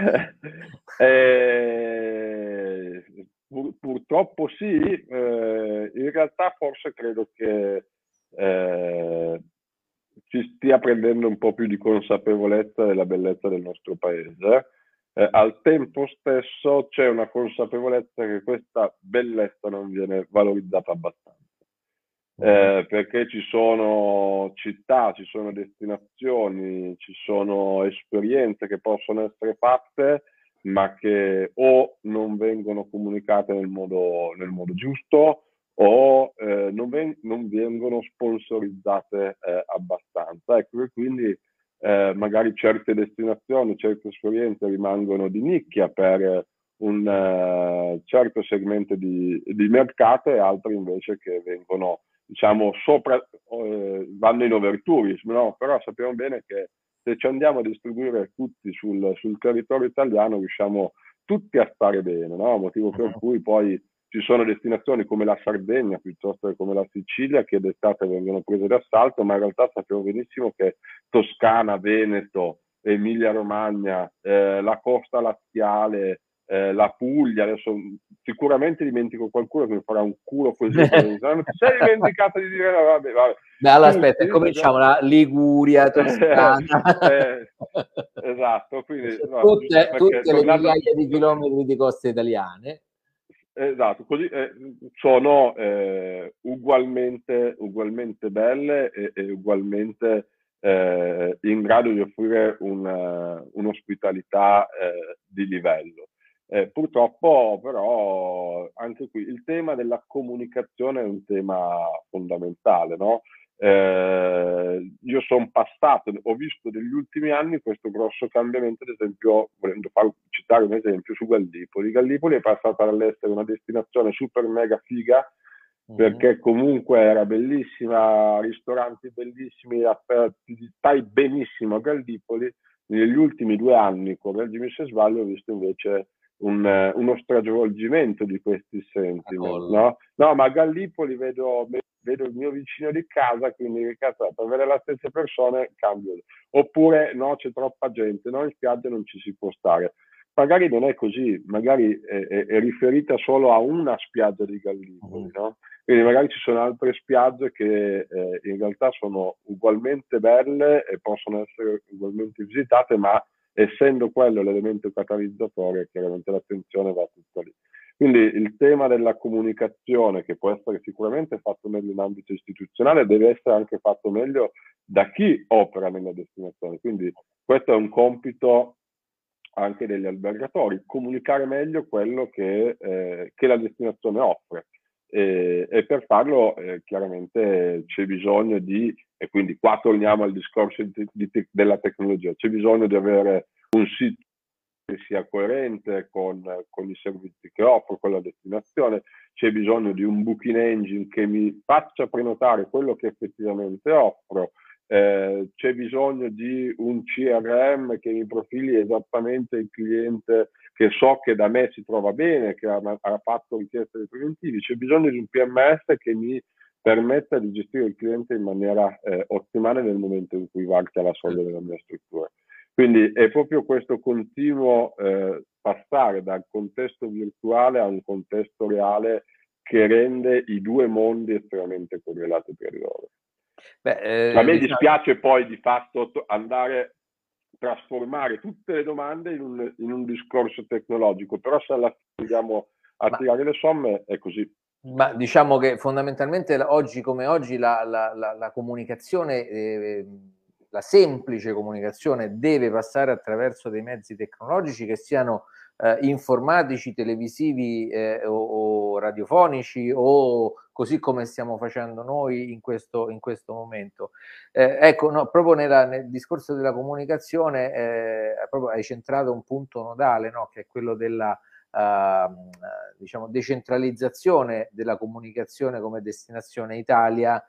eh, pur, purtroppo sì, eh, in realtà forse credo che eh, ci stia prendendo un po' più di consapevolezza della bellezza del nostro paese. Eh, al tempo stesso c'è una consapevolezza che questa bellezza non viene valorizzata abbastanza. Eh, perché ci sono città, ci sono destinazioni, ci sono esperienze che possono essere fatte, ma che o non vengono comunicate nel modo, nel modo giusto o eh, non, ven- non vengono sponsorizzate eh, abbastanza. Ecco, e quindi eh, magari certe destinazioni, certe esperienze rimangono di nicchia per un uh, certo segmento di, di mercato e altre invece che vengono diciamo sopra, eh, vanno in overtourism, no? Però sappiamo bene che se ci andiamo a distribuire tutti sul, sul territorio italiano riusciamo tutti a stare bene, no? Motivo per cui poi ci sono destinazioni come la Sardegna piuttosto che come la Sicilia che d'estate vengono prese d'assalto, ma in realtà sappiamo benissimo che Toscana, Veneto, Emilia Romagna, eh, la costa laziale, eh, la Puglia, adesso sicuramente dimentico qualcuno che mi farà un culo così, non ti sei dimenticato di dire no, vabbè, vabbè. Beh, allora Tutti, aspetta, cominciamo abbiamo... la Liguria, Toscana. eh, esatto, quindi no, giusto tutte, perché tutte le tornando... migliaia di chilometri di coste italiane. Esatto, così eh, sono eh, ugualmente, ugualmente belle e, e ugualmente eh, in grado di offrire una, un'ospitalità eh, di livello. Eh, purtroppo però anche qui il tema della comunicazione è un tema fondamentale, no? Eh, io sono passato, ho visto negli ultimi anni questo grosso cambiamento, ad esempio, volendo far, citare un esempio su Gallipoli. Gallipoli è passata dall'essere una destinazione super mega figa, perché comunque era bellissima, ristoranti bellissimi, stai benissimo a Gallipoli. Negli ultimi due anni, correggimi se sbaglio, ho visto invece un, uno stravolgimento di questi sentiment, no? No, ma a Gallipoli vedo, vedo il mio vicino di casa, quindi cazzo, per vedere le stesse persone cambio. Oppure no, c'è troppa gente, no, in spiaggia non ci si può stare. Magari non è così, magari è, è, è riferita solo a una spiaggia di Gallipoli, no? Quindi magari ci sono altre spiagge che eh, in realtà sono ugualmente belle e possono essere ugualmente visitate, ma essendo quello l'elemento catalizzatore, chiaramente l'attenzione va tutta lì. Quindi il tema della comunicazione, che può essere sicuramente fatto meglio in ambito istituzionale, deve essere anche fatto meglio da chi opera nella destinazione. Quindi questo è un compito anche degli albergatori, comunicare meglio quello che, eh, che la destinazione offre. E, e per farlo eh, chiaramente c'è bisogno di, e quindi qua torniamo al discorso di, di, della tecnologia, c'è bisogno di avere un sito che sia coerente con, con i servizi che offro, con la destinazione, c'è bisogno di un booking engine che mi faccia prenotare quello che effettivamente offro, eh, c'è bisogno di un C R M che mi profili esattamente il cliente che so che da me si trova bene, che ha, ha fatto richieste di preventivi, c'è bisogno di un P M S che mi permetta di gestire il cliente in maniera eh, ottimale nel momento in cui varca la soglia della mia struttura. Quindi è proprio questo continuo eh, passare dal contesto virtuale a un contesto reale che rende i due mondi estremamente correlati tra di loro. Beh, eh, a me diciamo... dispiace poi di fatto andare trasformare tutte le domande in un, in un discorso tecnologico, però se alla fine andiamo a ma, tirare le somme è così. Ma diciamo che fondamentalmente oggi come oggi la, la, la, la comunicazione, eh, la semplice comunicazione deve passare attraverso dei mezzi tecnologici che siano eh, informatici, televisivi eh, o, o radiofonici o così come stiamo facendo noi in questo, in questo momento. Eh, ecco, no, proprio nella, nel discorso della comunicazione eh, proprio hai centrato un punto nodale, no? Che è quello della Uh, diciamo decentralizzazione della comunicazione come destinazione Italia,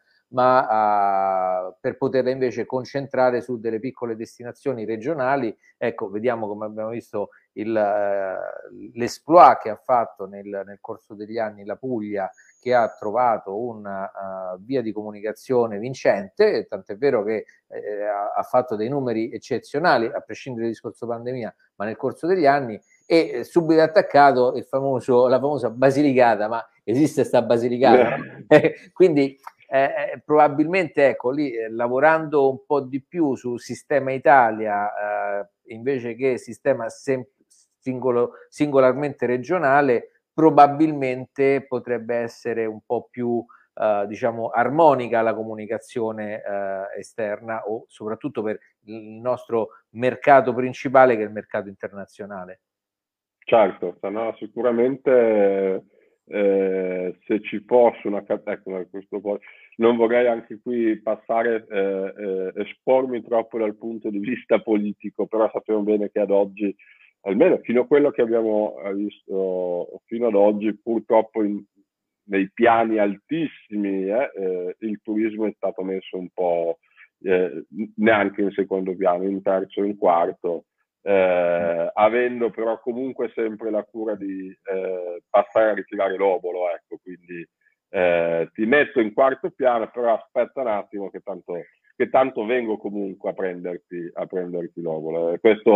ma uh, per poterla invece concentrare su delle piccole destinazioni regionali. Ecco, vediamo come abbiamo visto uh, l'esploit che ha fatto nel, nel corso degli anni la Puglia, che ha trovato una uh, via di comunicazione vincente, tant'è vero che eh, ha, ha fatto dei numeri eccezionali, a prescindere dal discorso pandemia, ma nel corso degli anni, e subito attaccato il famoso, la famosa Basilicata, ma esiste sta Basilicata? Quindi eh, probabilmente ecco lì eh, lavorando un po' di più su sistema Italia eh, invece che sistema singolo, singolarmente regionale, probabilmente potrebbe essere un po' più eh, diciamo armonica la comunicazione eh, esterna, o soprattutto per il nostro mercato principale, che è il mercato internazionale. Certo, no, sicuramente eh, se ci fosse una ecco, questo poi, non vorrei anche qui passare, eh, eh, espormi troppo dal punto di vista politico, però sappiamo bene che ad oggi, almeno fino a quello che abbiamo visto fino ad oggi, purtroppo in, nei piani altissimi eh, eh, il turismo è stato messo un po' eh, neanche in secondo piano, in terzo, in quarto. Eh, avendo però comunque sempre la cura di eh, passare a ritirare l'obolo, ecco, quindi eh, ti metto in quarto piano, però aspetta un attimo che tanto, che tanto vengo comunque a prenderti, a prenderti l'obolo. Eh, questo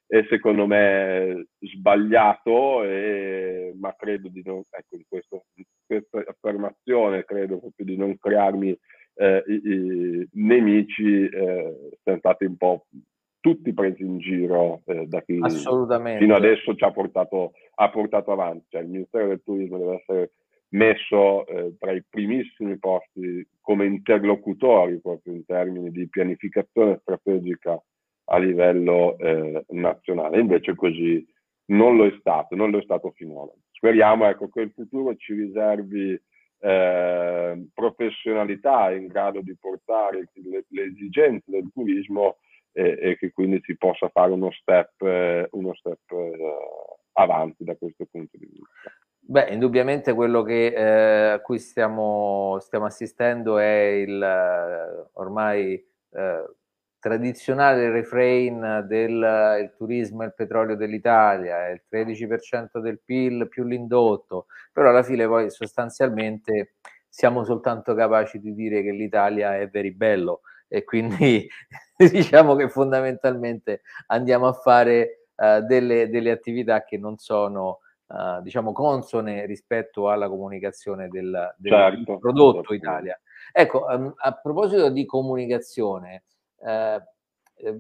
è secondo me sbagliato, e, ma credo di non, ecco, in, questo, in questa affermazione credo proprio di non crearmi eh, i, i nemici, eh, siamo stati un po' tutti presi in giro eh, da chi fino Assolutamente. adesso ci ha portato, ha portato avanti. Cioè, il Ministero del Turismo deve essere messo eh, tra i primissimi posti come interlocutori proprio in termini di pianificazione strategica a livello eh, nazionale. Invece così non lo è stato, non lo è stato finora. Speriamo, ecco, che il futuro ci riservi eh, professionalità in grado di portare le, le esigenze del turismo e, e che quindi si possa fare uno step, eh, uno step eh, avanti da questo punto di vista. Beh, indubbiamente quello che, eh, a cui stiamo, stiamo assistendo è il eh, ormai eh, tradizionale refrain del il turismo e il petrolio dell'Italia, è il tredici per cento del P I L più l'indotto, però alla fine poi sostanzialmente siamo soltanto capaci di dire che l'Italia è very bello e quindi diciamo che fondamentalmente andiamo a fare eh, delle, delle attività che non sono Uh, diciamo consone rispetto alla comunicazione del, del Certo, prodotto certo. Italia. Ecco, um, a proposito di comunicazione, eh, eh,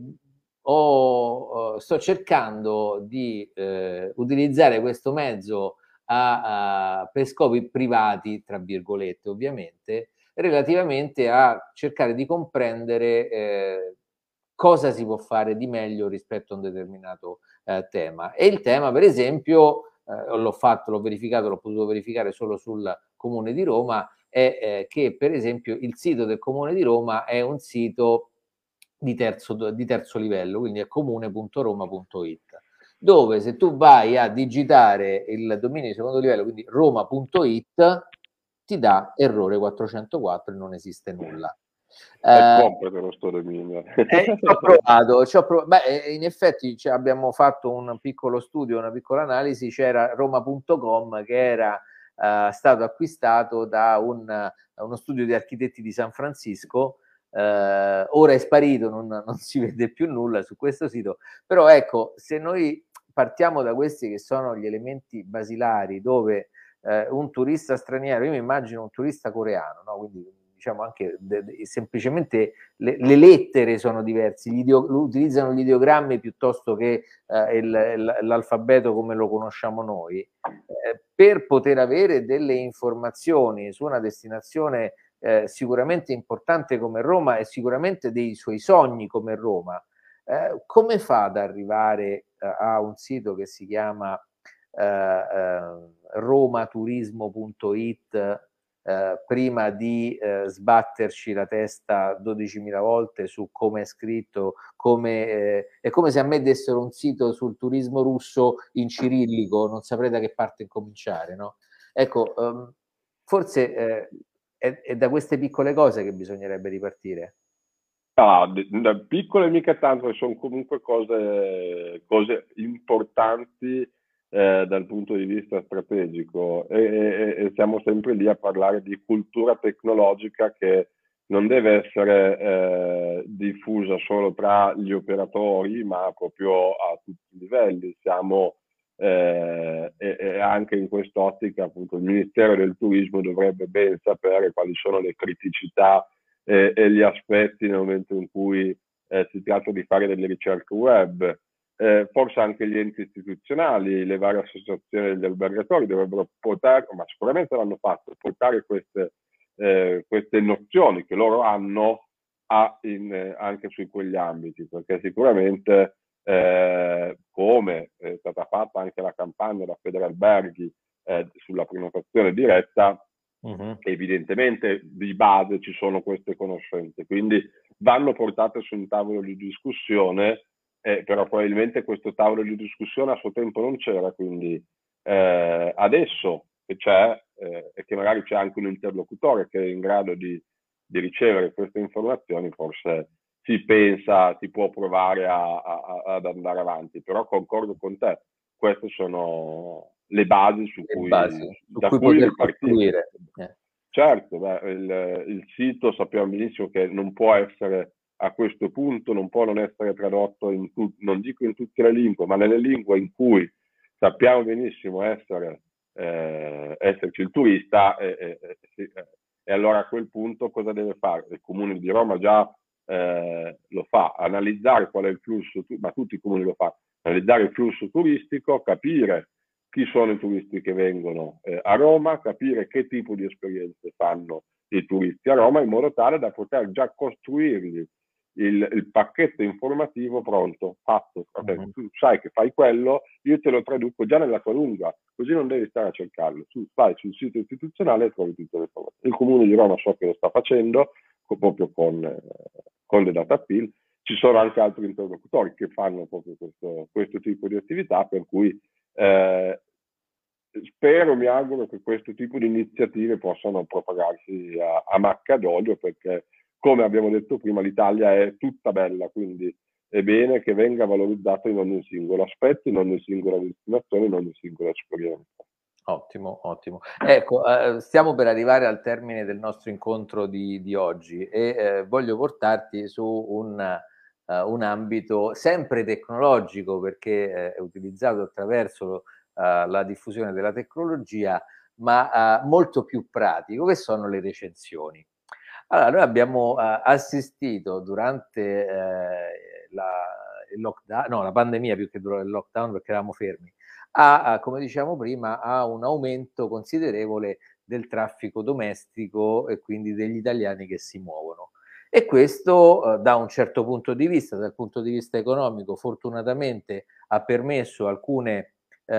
ho, uh, sto cercando di eh, utilizzare questo mezzo a, a, per scopi privati, tra virgolette ovviamente, relativamente a cercare di comprendere eh, cosa si può fare di meglio rispetto a un determinato eh, tema. E il tema, per esempio, eh, l'ho fatto, l'ho verificato, l'ho potuto verificare solo sul Comune di Roma, è eh, che per esempio il sito del Comune di Roma è un sito di terzo, di terzo livello, quindi è comune punto roma punto it, dove se tu vai a digitare il dominio di secondo livello, quindi roma punto it, ti dà errore quattrocentoquattro e non esiste nulla. E Eh, compratelo sto dominio. eh, ci ho provato, ci ho provato. Beh, in effetti cioè, abbiamo fatto un piccolo studio, una piccola analisi, c'era roma punto com che era uh, stato acquistato da un, uno studio di architetti di San Francisco, uh, ora è sparito, non, non si vede più nulla su questo sito, però ecco, se noi partiamo da questi che sono gli elementi basilari dove uh, un turista straniero, io mi immagino un turista coreano, no? Quindi diciamo anche de, de, semplicemente le, le lettere sono diverse, gli ideo, utilizzano gli ideogrammi piuttosto che eh, il, l'alfabeto come lo conosciamo noi, eh, per poter avere delle informazioni su una destinazione eh, sicuramente importante come Roma e sicuramente dei suoi sogni come Roma. Eh, come fa ad arrivare eh, a un sito che si chiama eh, eh, romaturismo punto it eh, prima di eh, sbatterci la testa dodicimila volte su come è scritto, come, eh, è come se a me dessero un sito sul turismo russo in cirillico, non saprei da che parte incominciare, no? Ecco, um, forse eh, è, è da queste piccole cose che bisognerebbe ripartire. No, da piccole mica tanto, sono comunque cose, cose importanti eh, dal punto di vista strategico, e, e, e siamo sempre lì a parlare di cultura tecnologica che non deve essere eh, diffusa solo tra gli operatori, ma proprio a tutti i livelli. Siamo eh, e, e anche in quest'ottica, appunto, il Ministero del Turismo dovrebbe ben sapere quali sono le criticità e, e gli aspetti nel momento in cui eh, si tratta di fare delle ricerche web. Eh, forse anche gli enti istituzionali, le varie associazioni degli albergatori dovrebbero portare, ma sicuramente l'hanno fatto, portare queste, eh, queste nozioni che loro hanno a, in, eh, anche su quegli ambiti, perché sicuramente eh, come è stata fatta anche la campagna da Federalberghi eh, sulla prenotazione diretta, Uh-huh. evidentemente di base ci sono queste conoscenze, quindi vanno portate su un tavolo di discussione, eh, però probabilmente questo tavolo di discussione a suo tempo non c'era, quindi eh, adesso che c'è eh, e che magari c'è anche un interlocutore che è in grado di, di ricevere queste informazioni, forse si pensa, si può provare a, a, ad andare avanti, però concordo con te, queste sono le basi su Le cui, basi su da cui cui poter ripartire. costruire. Eh. Certo, beh, il, il sito sappiamo benissimo che non può essere a questo punto non può non essere tradotto in tu, non dico in tutte le lingue, ma nelle lingue in cui sappiamo benissimo essere, eh, esserci il turista, e, e, e, e allora a quel punto cosa deve fare? Il Comune di Roma già eh, lo fa, analizzare qual è il flusso, ma tutti i comuni lo fanno, analizzare il flusso turistico, capire chi sono i turisti che vengono eh, a Roma, capire che tipo di esperienze fanno i turisti a Roma, in modo tale da poter già costruirgli il, il pacchetto informativo pronto, fatto. Okay, Mhm. tu sai che fai quello, io te lo traduco già nella tua lingua, così non devi stare a cercarlo. Tu vai sul sito istituzionale e trovi tutte le informazioni. Il Comune di Roma so che lo sta facendo, proprio con, eh, con le data appeal. Ci sono anche altri interlocutori che fanno proprio questo, questo tipo di attività, per cui eh, spero, mi auguro che questo tipo di iniziative possano propagarsi a, a macchia d'olio, perché come abbiamo detto prima l'Italia è tutta bella, quindi è bene che venga valorizzato in ogni singolo aspetto, in ogni singola destinazione, in ogni singola esperienza. Ottimo, ottimo. Ecco, eh, stiamo per arrivare al termine del nostro incontro di, di oggi e eh, voglio portarti su un, eh, un ambito sempre tecnologico, perché eh, è utilizzato attraverso eh, la diffusione della tecnologia, ma eh, molto più pratico, che sono le recensioni. Allora, noi abbiamo eh, assistito durante eh, la, il lockdown, no, la pandemia più che durante il lockdown, perché eravamo fermi, a, a, come diciamo prima, a un aumento considerevole del traffico domestico e quindi degli italiani che si muovono. E questo eh, da un certo punto di vista, dal punto di vista economico, fortunatamente ha permesso a alcune eh,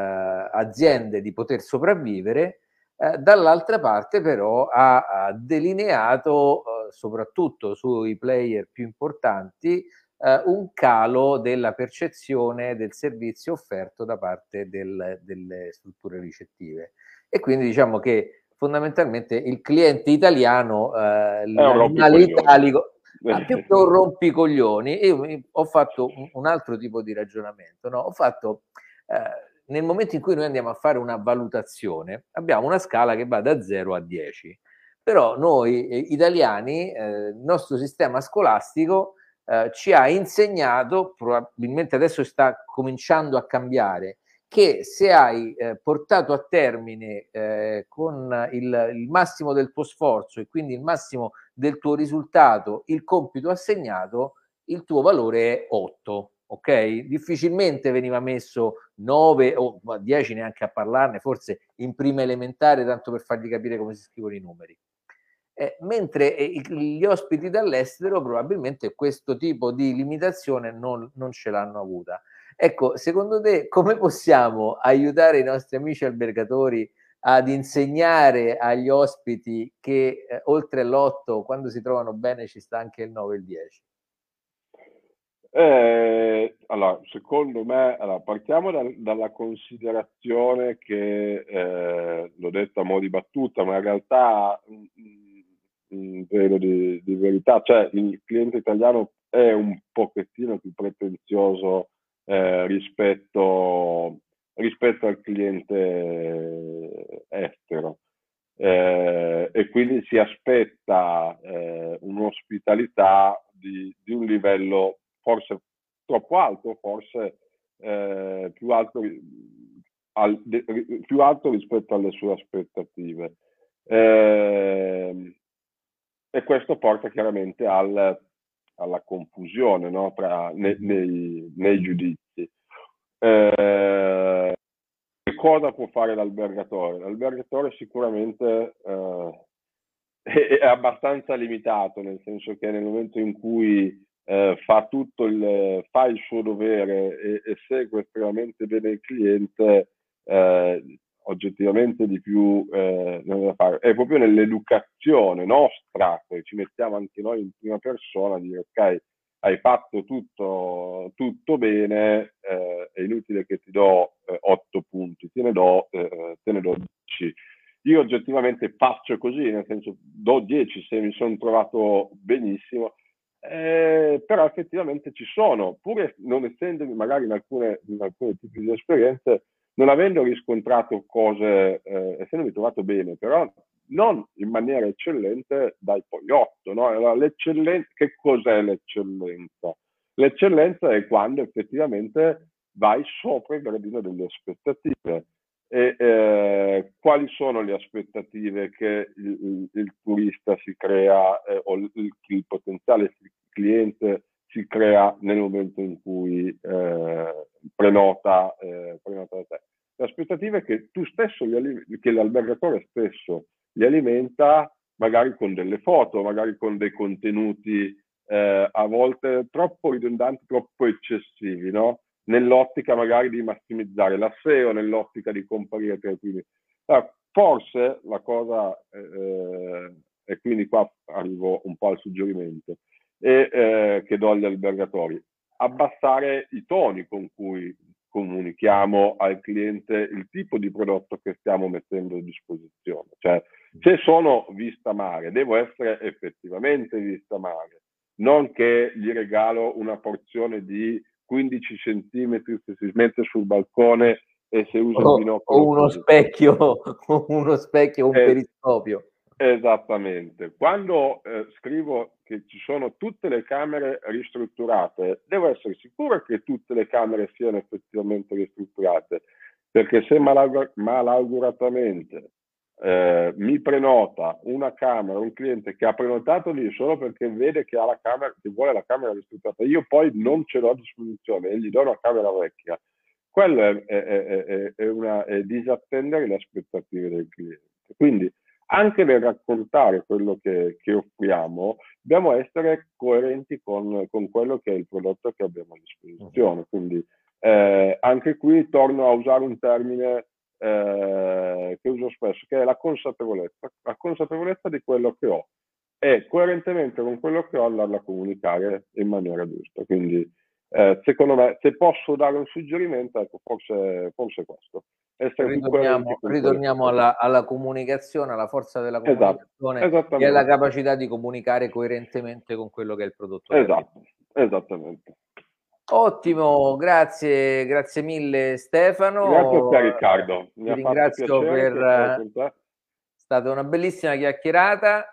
aziende di poter sopravvivere, eh, dall'altra parte però ha, ha delineato, eh, soprattutto sui player più importanti, eh, un calo della percezione del servizio offerto da parte del, delle strutture ricettive. E quindi diciamo che fondamentalmente il cliente italiano, eh, È un l'animale rompicoglioni. italico, ha più che un rompicoglioni. Io ho fatto un, un altro tipo di ragionamento, no? Ho fatto, eh, nel momento in cui noi andiamo a fare una valutazione, abbiamo una scala che va da zero a dieci. Però noi eh, italiani, eh, il nostro sistema scolastico eh, ci ha insegnato, probabilmente adesso sta cominciando a cambiare, che se hai eh, portato a termine eh, con il, il massimo del tuo sforzo e quindi il massimo del tuo risultato il compito assegnato, il tuo valore è otto. Ok? Difficilmente veniva messo nove o dieci, neanche a parlarne, forse in prima elementare, tanto per fargli capire come si scrivono i numeri. Eh, mentre eh, gli ospiti dall'estero probabilmente questo tipo di limitazione non, non ce l'hanno avuta. Ecco, secondo te come possiamo aiutare i nostri amici albergatori ad insegnare agli ospiti che eh, oltre l'otto, quando si trovano bene, ci sta anche il nove e il dieci? Eh, allora, secondo me, allora, partiamo dal- dalla considerazione che, eh, l'ho detto a mo' di battuta, ma in realtà mm, mm, vero di, di verità, cioè il cliente italiano è un pochettino più pretenzioso eh, rispetto, rispetto al cliente estero. Eh, e quindi si aspetta eh, un'ospitalità di, di un livello forse troppo alto, forse eh, più, alto, al, de, più alto rispetto alle sue aspettative. Eh, e questo porta chiaramente al, alla confusione, no? Tra, ne, nei, nei giudizi. Eh, cosa può fare l'albergatore? L'albergatore sicuramente eh, è, è abbastanza limitato, nel senso che nel momento in cui eh, fa tutto il, fa il suo dovere e, e segue estremamente bene il cliente, eh, oggettivamente di più eh, non da fare. È proprio nell'educazione nostra che ci mettiamo anche noi in prima persona a dire ok, hai fatto tutto, tutto bene, eh, è inutile che ti do eh, otto punti, te ne do, eh, te ne do dieci. Io oggettivamente faccio così, nel senso do dieci se mi sono trovato benissimo, eh, però effettivamente ci sono, pur non essendomi magari in alcune, in alcuni tipi di esperienze, non avendo riscontrato cose, eh, essendomi trovato bene, però non in maniera eccellente dai poi otto, no? Allora, l'eccellenza, che cos'è l'eccellenza? L'eccellenza è quando effettivamente vai sopra il gradino delle aspettative. E eh, quali sono le aspettative che il, il, il turista si crea eh, o il, il potenziale cliente si crea nel momento in cui eh, prenota, eh, prenota da te? Le aspettative che tu stesso, gli, che l'albergatore stesso li alimenta magari con delle foto, magari con dei contenuti eh, a volte troppo ridondanti, troppo eccessivi, no? Nell'ottica magari di massimizzare la S E O, nell'ottica di comparire tra i primi. Allora, forse la cosa, eh, e quindi qua arrivo un po' al suggerimento, e, eh, che do agli albergatori, abbassare i toni con cui comunichiamo al cliente il tipo di prodotto che stiamo mettendo a disposizione. Cioè, se sono vista mare, devo essere effettivamente vista mare, non che gli regalo una porzione di quindici centimetri se si mette sul balcone e se usa o, il binocolo o uno così. specchio, uno specchio, un eh, periscopio. Esattamente. Quando eh, scrivo che ci sono tutte le camere ristrutturate, devo essere sicuro che tutte le camere siano effettivamente ristrutturate, perché se malaug- malauguratamente eh, mi prenota una camera, un cliente che ha prenotato lì solo perché vede che ha la camera, che vuole la camera ristrutturata, io poi non ce l'ho a disposizione e gli do una camera vecchia, quello è, è, è, è, una, è disattendere le aspettative del cliente. Quindi anche nel raccontare quello che, che offriamo, dobbiamo essere coerenti con, con quello che è il prodotto che abbiamo a disposizione. Quindi eh, anche qui torno a usare un termine eh, che uso spesso, che è la consapevolezza, la consapevolezza di quello che ho e coerentemente con quello che ho andarla a comunicare in maniera giusta. Quindi eh, secondo me, se posso dare un suggerimento, ecco, forse, forse questo. Essere più coerenti Ritorniamo, con quello che ritorniamo alla, alla comunicazione, alla forza della Esatto, comunicazione e alla esattamente, capacità di comunicare coerentemente con quello che è il prodotto che abbiamo. esatto, esattamente. Ottimo, grazie, grazie mille Grazie a te Stefano. Riccardo, mi Ti ha fatto ringrazio piacere per, chiacchierare è con te. stata una bellissima chiacchierata.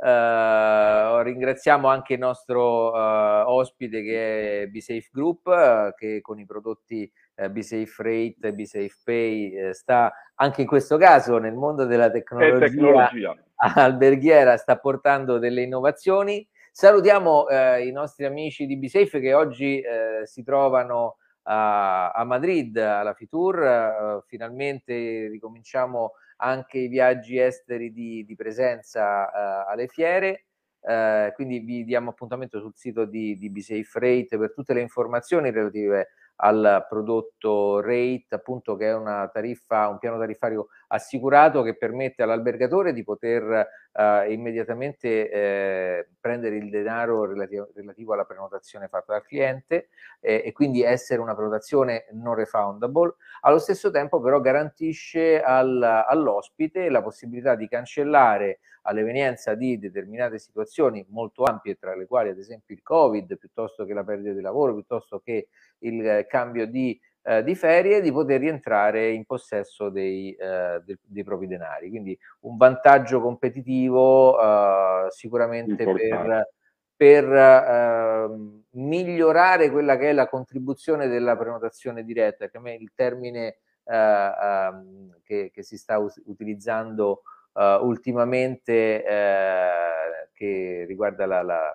Uh, ringraziamo anche il nostro uh, ospite che è BeSafe Group, uh, che con i prodotti uh, BeSafe Rate e BeSafe Pay uh, sta anche in questo caso nel mondo della E tecnologia tecnologia. alberghiera, sta portando delle innovazioni. Salutiamo uh, i nostri amici di BeSafe che oggi uh, si trovano a, a Madrid alla Fitur. Uh, finalmente ricominciamo anche i viaggi esteri di, di presenza uh, alle fiere, uh, quindi vi diamo appuntamento sul sito di, di BeSafe Rate per tutte le informazioni relative al prodotto Rate, appunto, che è una tariffa, un piano tariffario assicurato che permette all'albergatore di poter uh, immediatamente eh, prendere il denaro relativo, relativo alla prenotazione fatta dal cliente eh, e quindi essere una prenotazione non refundable. Allo stesso tempo però garantisce al, all'ospite la possibilità di cancellare all'evenienza di determinate situazioni molto ampie, tra le quali ad esempio il Covid, piuttosto che la perdita di lavoro, piuttosto che il cambio di, eh, di ferie, di poter rientrare in possesso dei, eh, dei, dei propri denari. Quindi un vantaggio competitivo eh, sicuramente per, per eh, migliorare quella che è la contribuzione della prenotazione diretta, che a me il termine eh, eh, che, che si sta us- utilizzando uh, ultimamente eh, che riguarda la, la,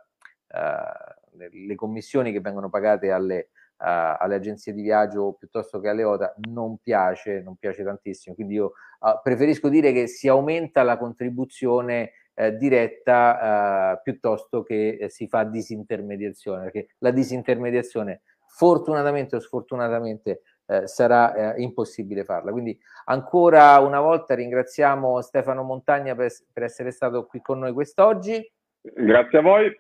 uh, le, le commissioni che vengono pagate alle, uh, alle agenzie di viaggio piuttosto che alle O T A non piace, non piace tantissimo. Quindi io uh, preferisco dire che si aumenta la contribuzione eh, diretta uh, piuttosto che eh, si fa disintermediazione, perché la disintermediazione fortunatamente o sfortunatamente eh, sarà eh, impossibile farla. Quindi ancora una volta ringraziamo Stefano Montagna per, per essere stato qui con noi quest'oggi. Grazie a voi.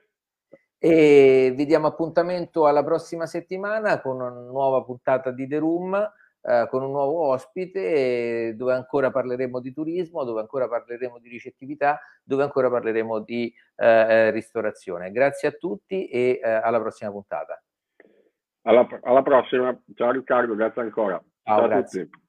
E vi diamo appuntamento alla prossima settimana con una nuova puntata di The Room, eh, con un nuovo ospite, dove ancora parleremo di turismo, dove ancora parleremo di ricettività, dove ancora parleremo di eh, ristorazione. Grazie a tutti e eh, alla prossima puntata. Alla, alla prossima. Ciao Riccardo, grazie ancora. Ciao, Ciao a grazie. tutti.